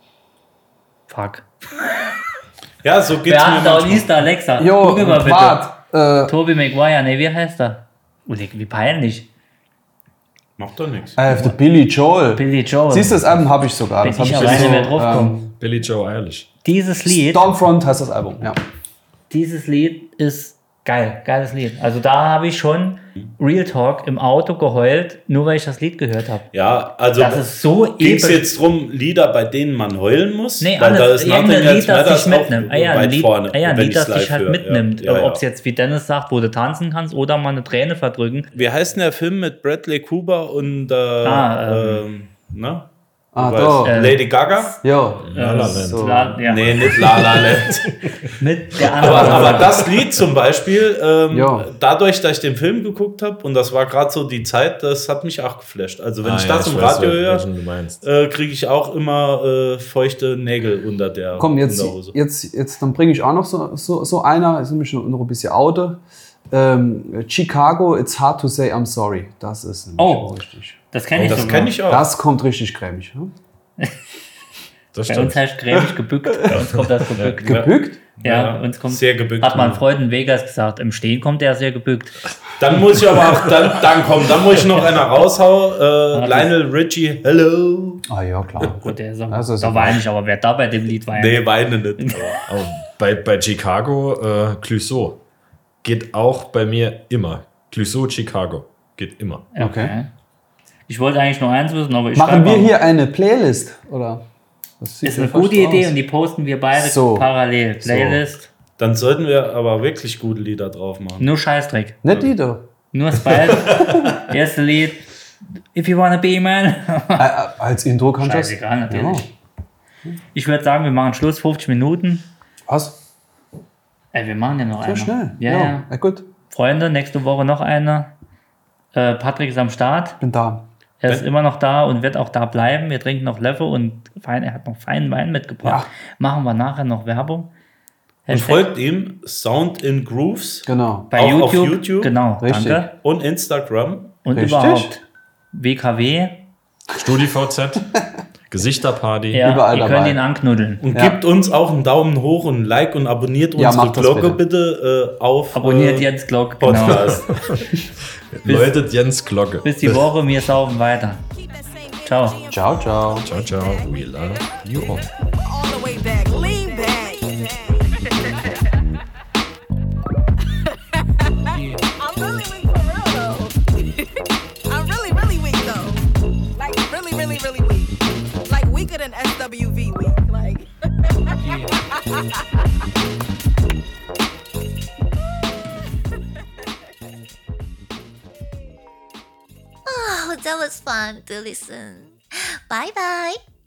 Fuck.
Ja, so geht's
Wer
mir
hat Down
manchmal.
Easter Alexa?
Jo,
Guck mal bitte.
wart. Äh,
Toby Maguire, ne, wie heißt er? Oh, wie peinlich.
Macht doch nichts.
äh, the Billy Joel.
Billy Joel.
Siehst du, das Album habe ich sogar.
Wenn
Das hab
ich
ich
alleine
jetzt
mehr draufkomme.
Billy Joe Eilish.
Dieses Lied,
Stormfront heißt das Album, ja.
dieses Lied ist geil, geiles Lied. Also da habe ich schon Real Talk im Auto geheult, nur weil ich das Lied gehört habe.
Ja, also
Das ist so
ging es
episch.
jetzt drum, Lieder, bei denen man heulen muss?
Nee,
Weil
alles,
da ist
irgendein
Nothing
Lied,
Else
das
Matters
dich mitnimmt.
auch
Ah ja, ein
weit
Lied,
vorne,
ah ja, ein
wenn
Lied, das
ich's
dich
live
halt
höre.
mitnimmt.
Ja, ja,
Ob es
ja.
jetzt, wie Dennis sagt, wo du tanzen kannst oder mal eine Träne verdrücken.
Wie heißt denn der Film mit Bradley Cooper und äh,
Ah,
ähm, ne?
Ah,
Du weißt,
doch.
Äh,
Lady Gaga?
Jo.
La La Land.
So.
La, ja,
Nee, nicht La La Land.
mit der anderen.
aber, aber das Lied zum Beispiel, ähm,
Ja.
dadurch, dass ich den Film geguckt habe, und das war gerade so die Zeit, das hat mich auch geflasht. Also wenn
Ah,
ich
ja,
das im
weiß,
Radio
wel-
höre,
welchen du meinst.
äh, kriege ich auch immer äh, feuchte Nägel unter der
Komm, jetzt,
Unterhose.
jetzt, jetzt dann bringe ich auch noch so, so, so einer, ist nämlich noch ein bisschen Auto. Ähm, Chicago, It's Hard to Say I'm Sorry. Das ist nämlich
Oh.
auch richtig.
Das kenne ich
Das
sogar.
kenne ich auch.
Das kommt richtig cremig. Ne?
Das
Bei uns
stimmt.
heißt cremig gebückt. Bei uns kommt das gebückt.
Gebückt?
Ja,
Ja,
bei uns kommt,
sehr gebückt.
hat mein Freund in Vegas gesagt, im Stehen kommt er sehr gebückt.
Dann muss ich aber auch, dann, dann komm, dann muss ich noch einer raushauen. Äh, Lionel Richie, hello.
Ah ja, klar.
Gut, der sagt,
Also,
da
so-
weine ich, aber wer da bei dem Lied weint.
Nee, weine nicht.
Aber bei, bei Chicago, äh, Clouseau geht auch bei mir immer. Clouseau, Chicago. Geht immer.
Okay.
Ich wollte eigentlich nur eins wissen, aber ich
Machen
schreibe
wir
mal.
hier eine Playlist? Oder? Das sieht
Ist
ja
eine
fast
gute
so
Idee
aus.
und die posten wir beide
So.
parallel. Playlist,
Dann sollten wir aber wirklich gute Lieder drauf machen.
nur Scheißdreck.
Nicht die da.
Nur Spike. Erste Lied. If you wanna be man.
Äh, äh, als Intro kannst du das.
Scheißegal, natürlich. Ich würde sagen, wir machen Schluss, fünfzig Minuten.
Was?
Ey, wir machen ja noch
So
eine.
schnell?
Ja, ja.
ja. gut,
Freunde, nächste Woche noch eine. Äh, Patrick ist am Start.
bin da.
Er ist immer noch da und wird auch da bleiben. Wir trinken noch Leffe und fein, er hat noch feinen Wein mitgebracht.
Ja.
Machen wir nachher noch Werbung.
Und folgt ihm Sound in Grooves
Genau.
bei
auch
YouTube.
auf YouTube.
Genau,
Richtig.
danke.
und Instagram.
Und
Richtig.
überhaupt W K W.
StudiVZ, Gesichterparty.
Ja,
Überall
ihr
dabei.
könnt ihn anknuddeln.
Und
Ja.
gibt uns auch einen Daumen hoch und ein Like und abonniert
Ja,
unsere
macht das
Glocke
bitte.
bitte, äh, auf
Abonniert
äh,
Jens Glock. Genau.
Podcast.
Läutet Jens Glocke.
Bis die Woche, wir saufen weiter. Ciao.
Ciao, ciao.
Ciao, ciao. We love you all.
All the way back, lean back. I'm really weak for real though. I'm really, really weak though. Like really, really, really weak. Like weaker than S W V weak. Like.
Oh, that was fun to listen. Bye bye.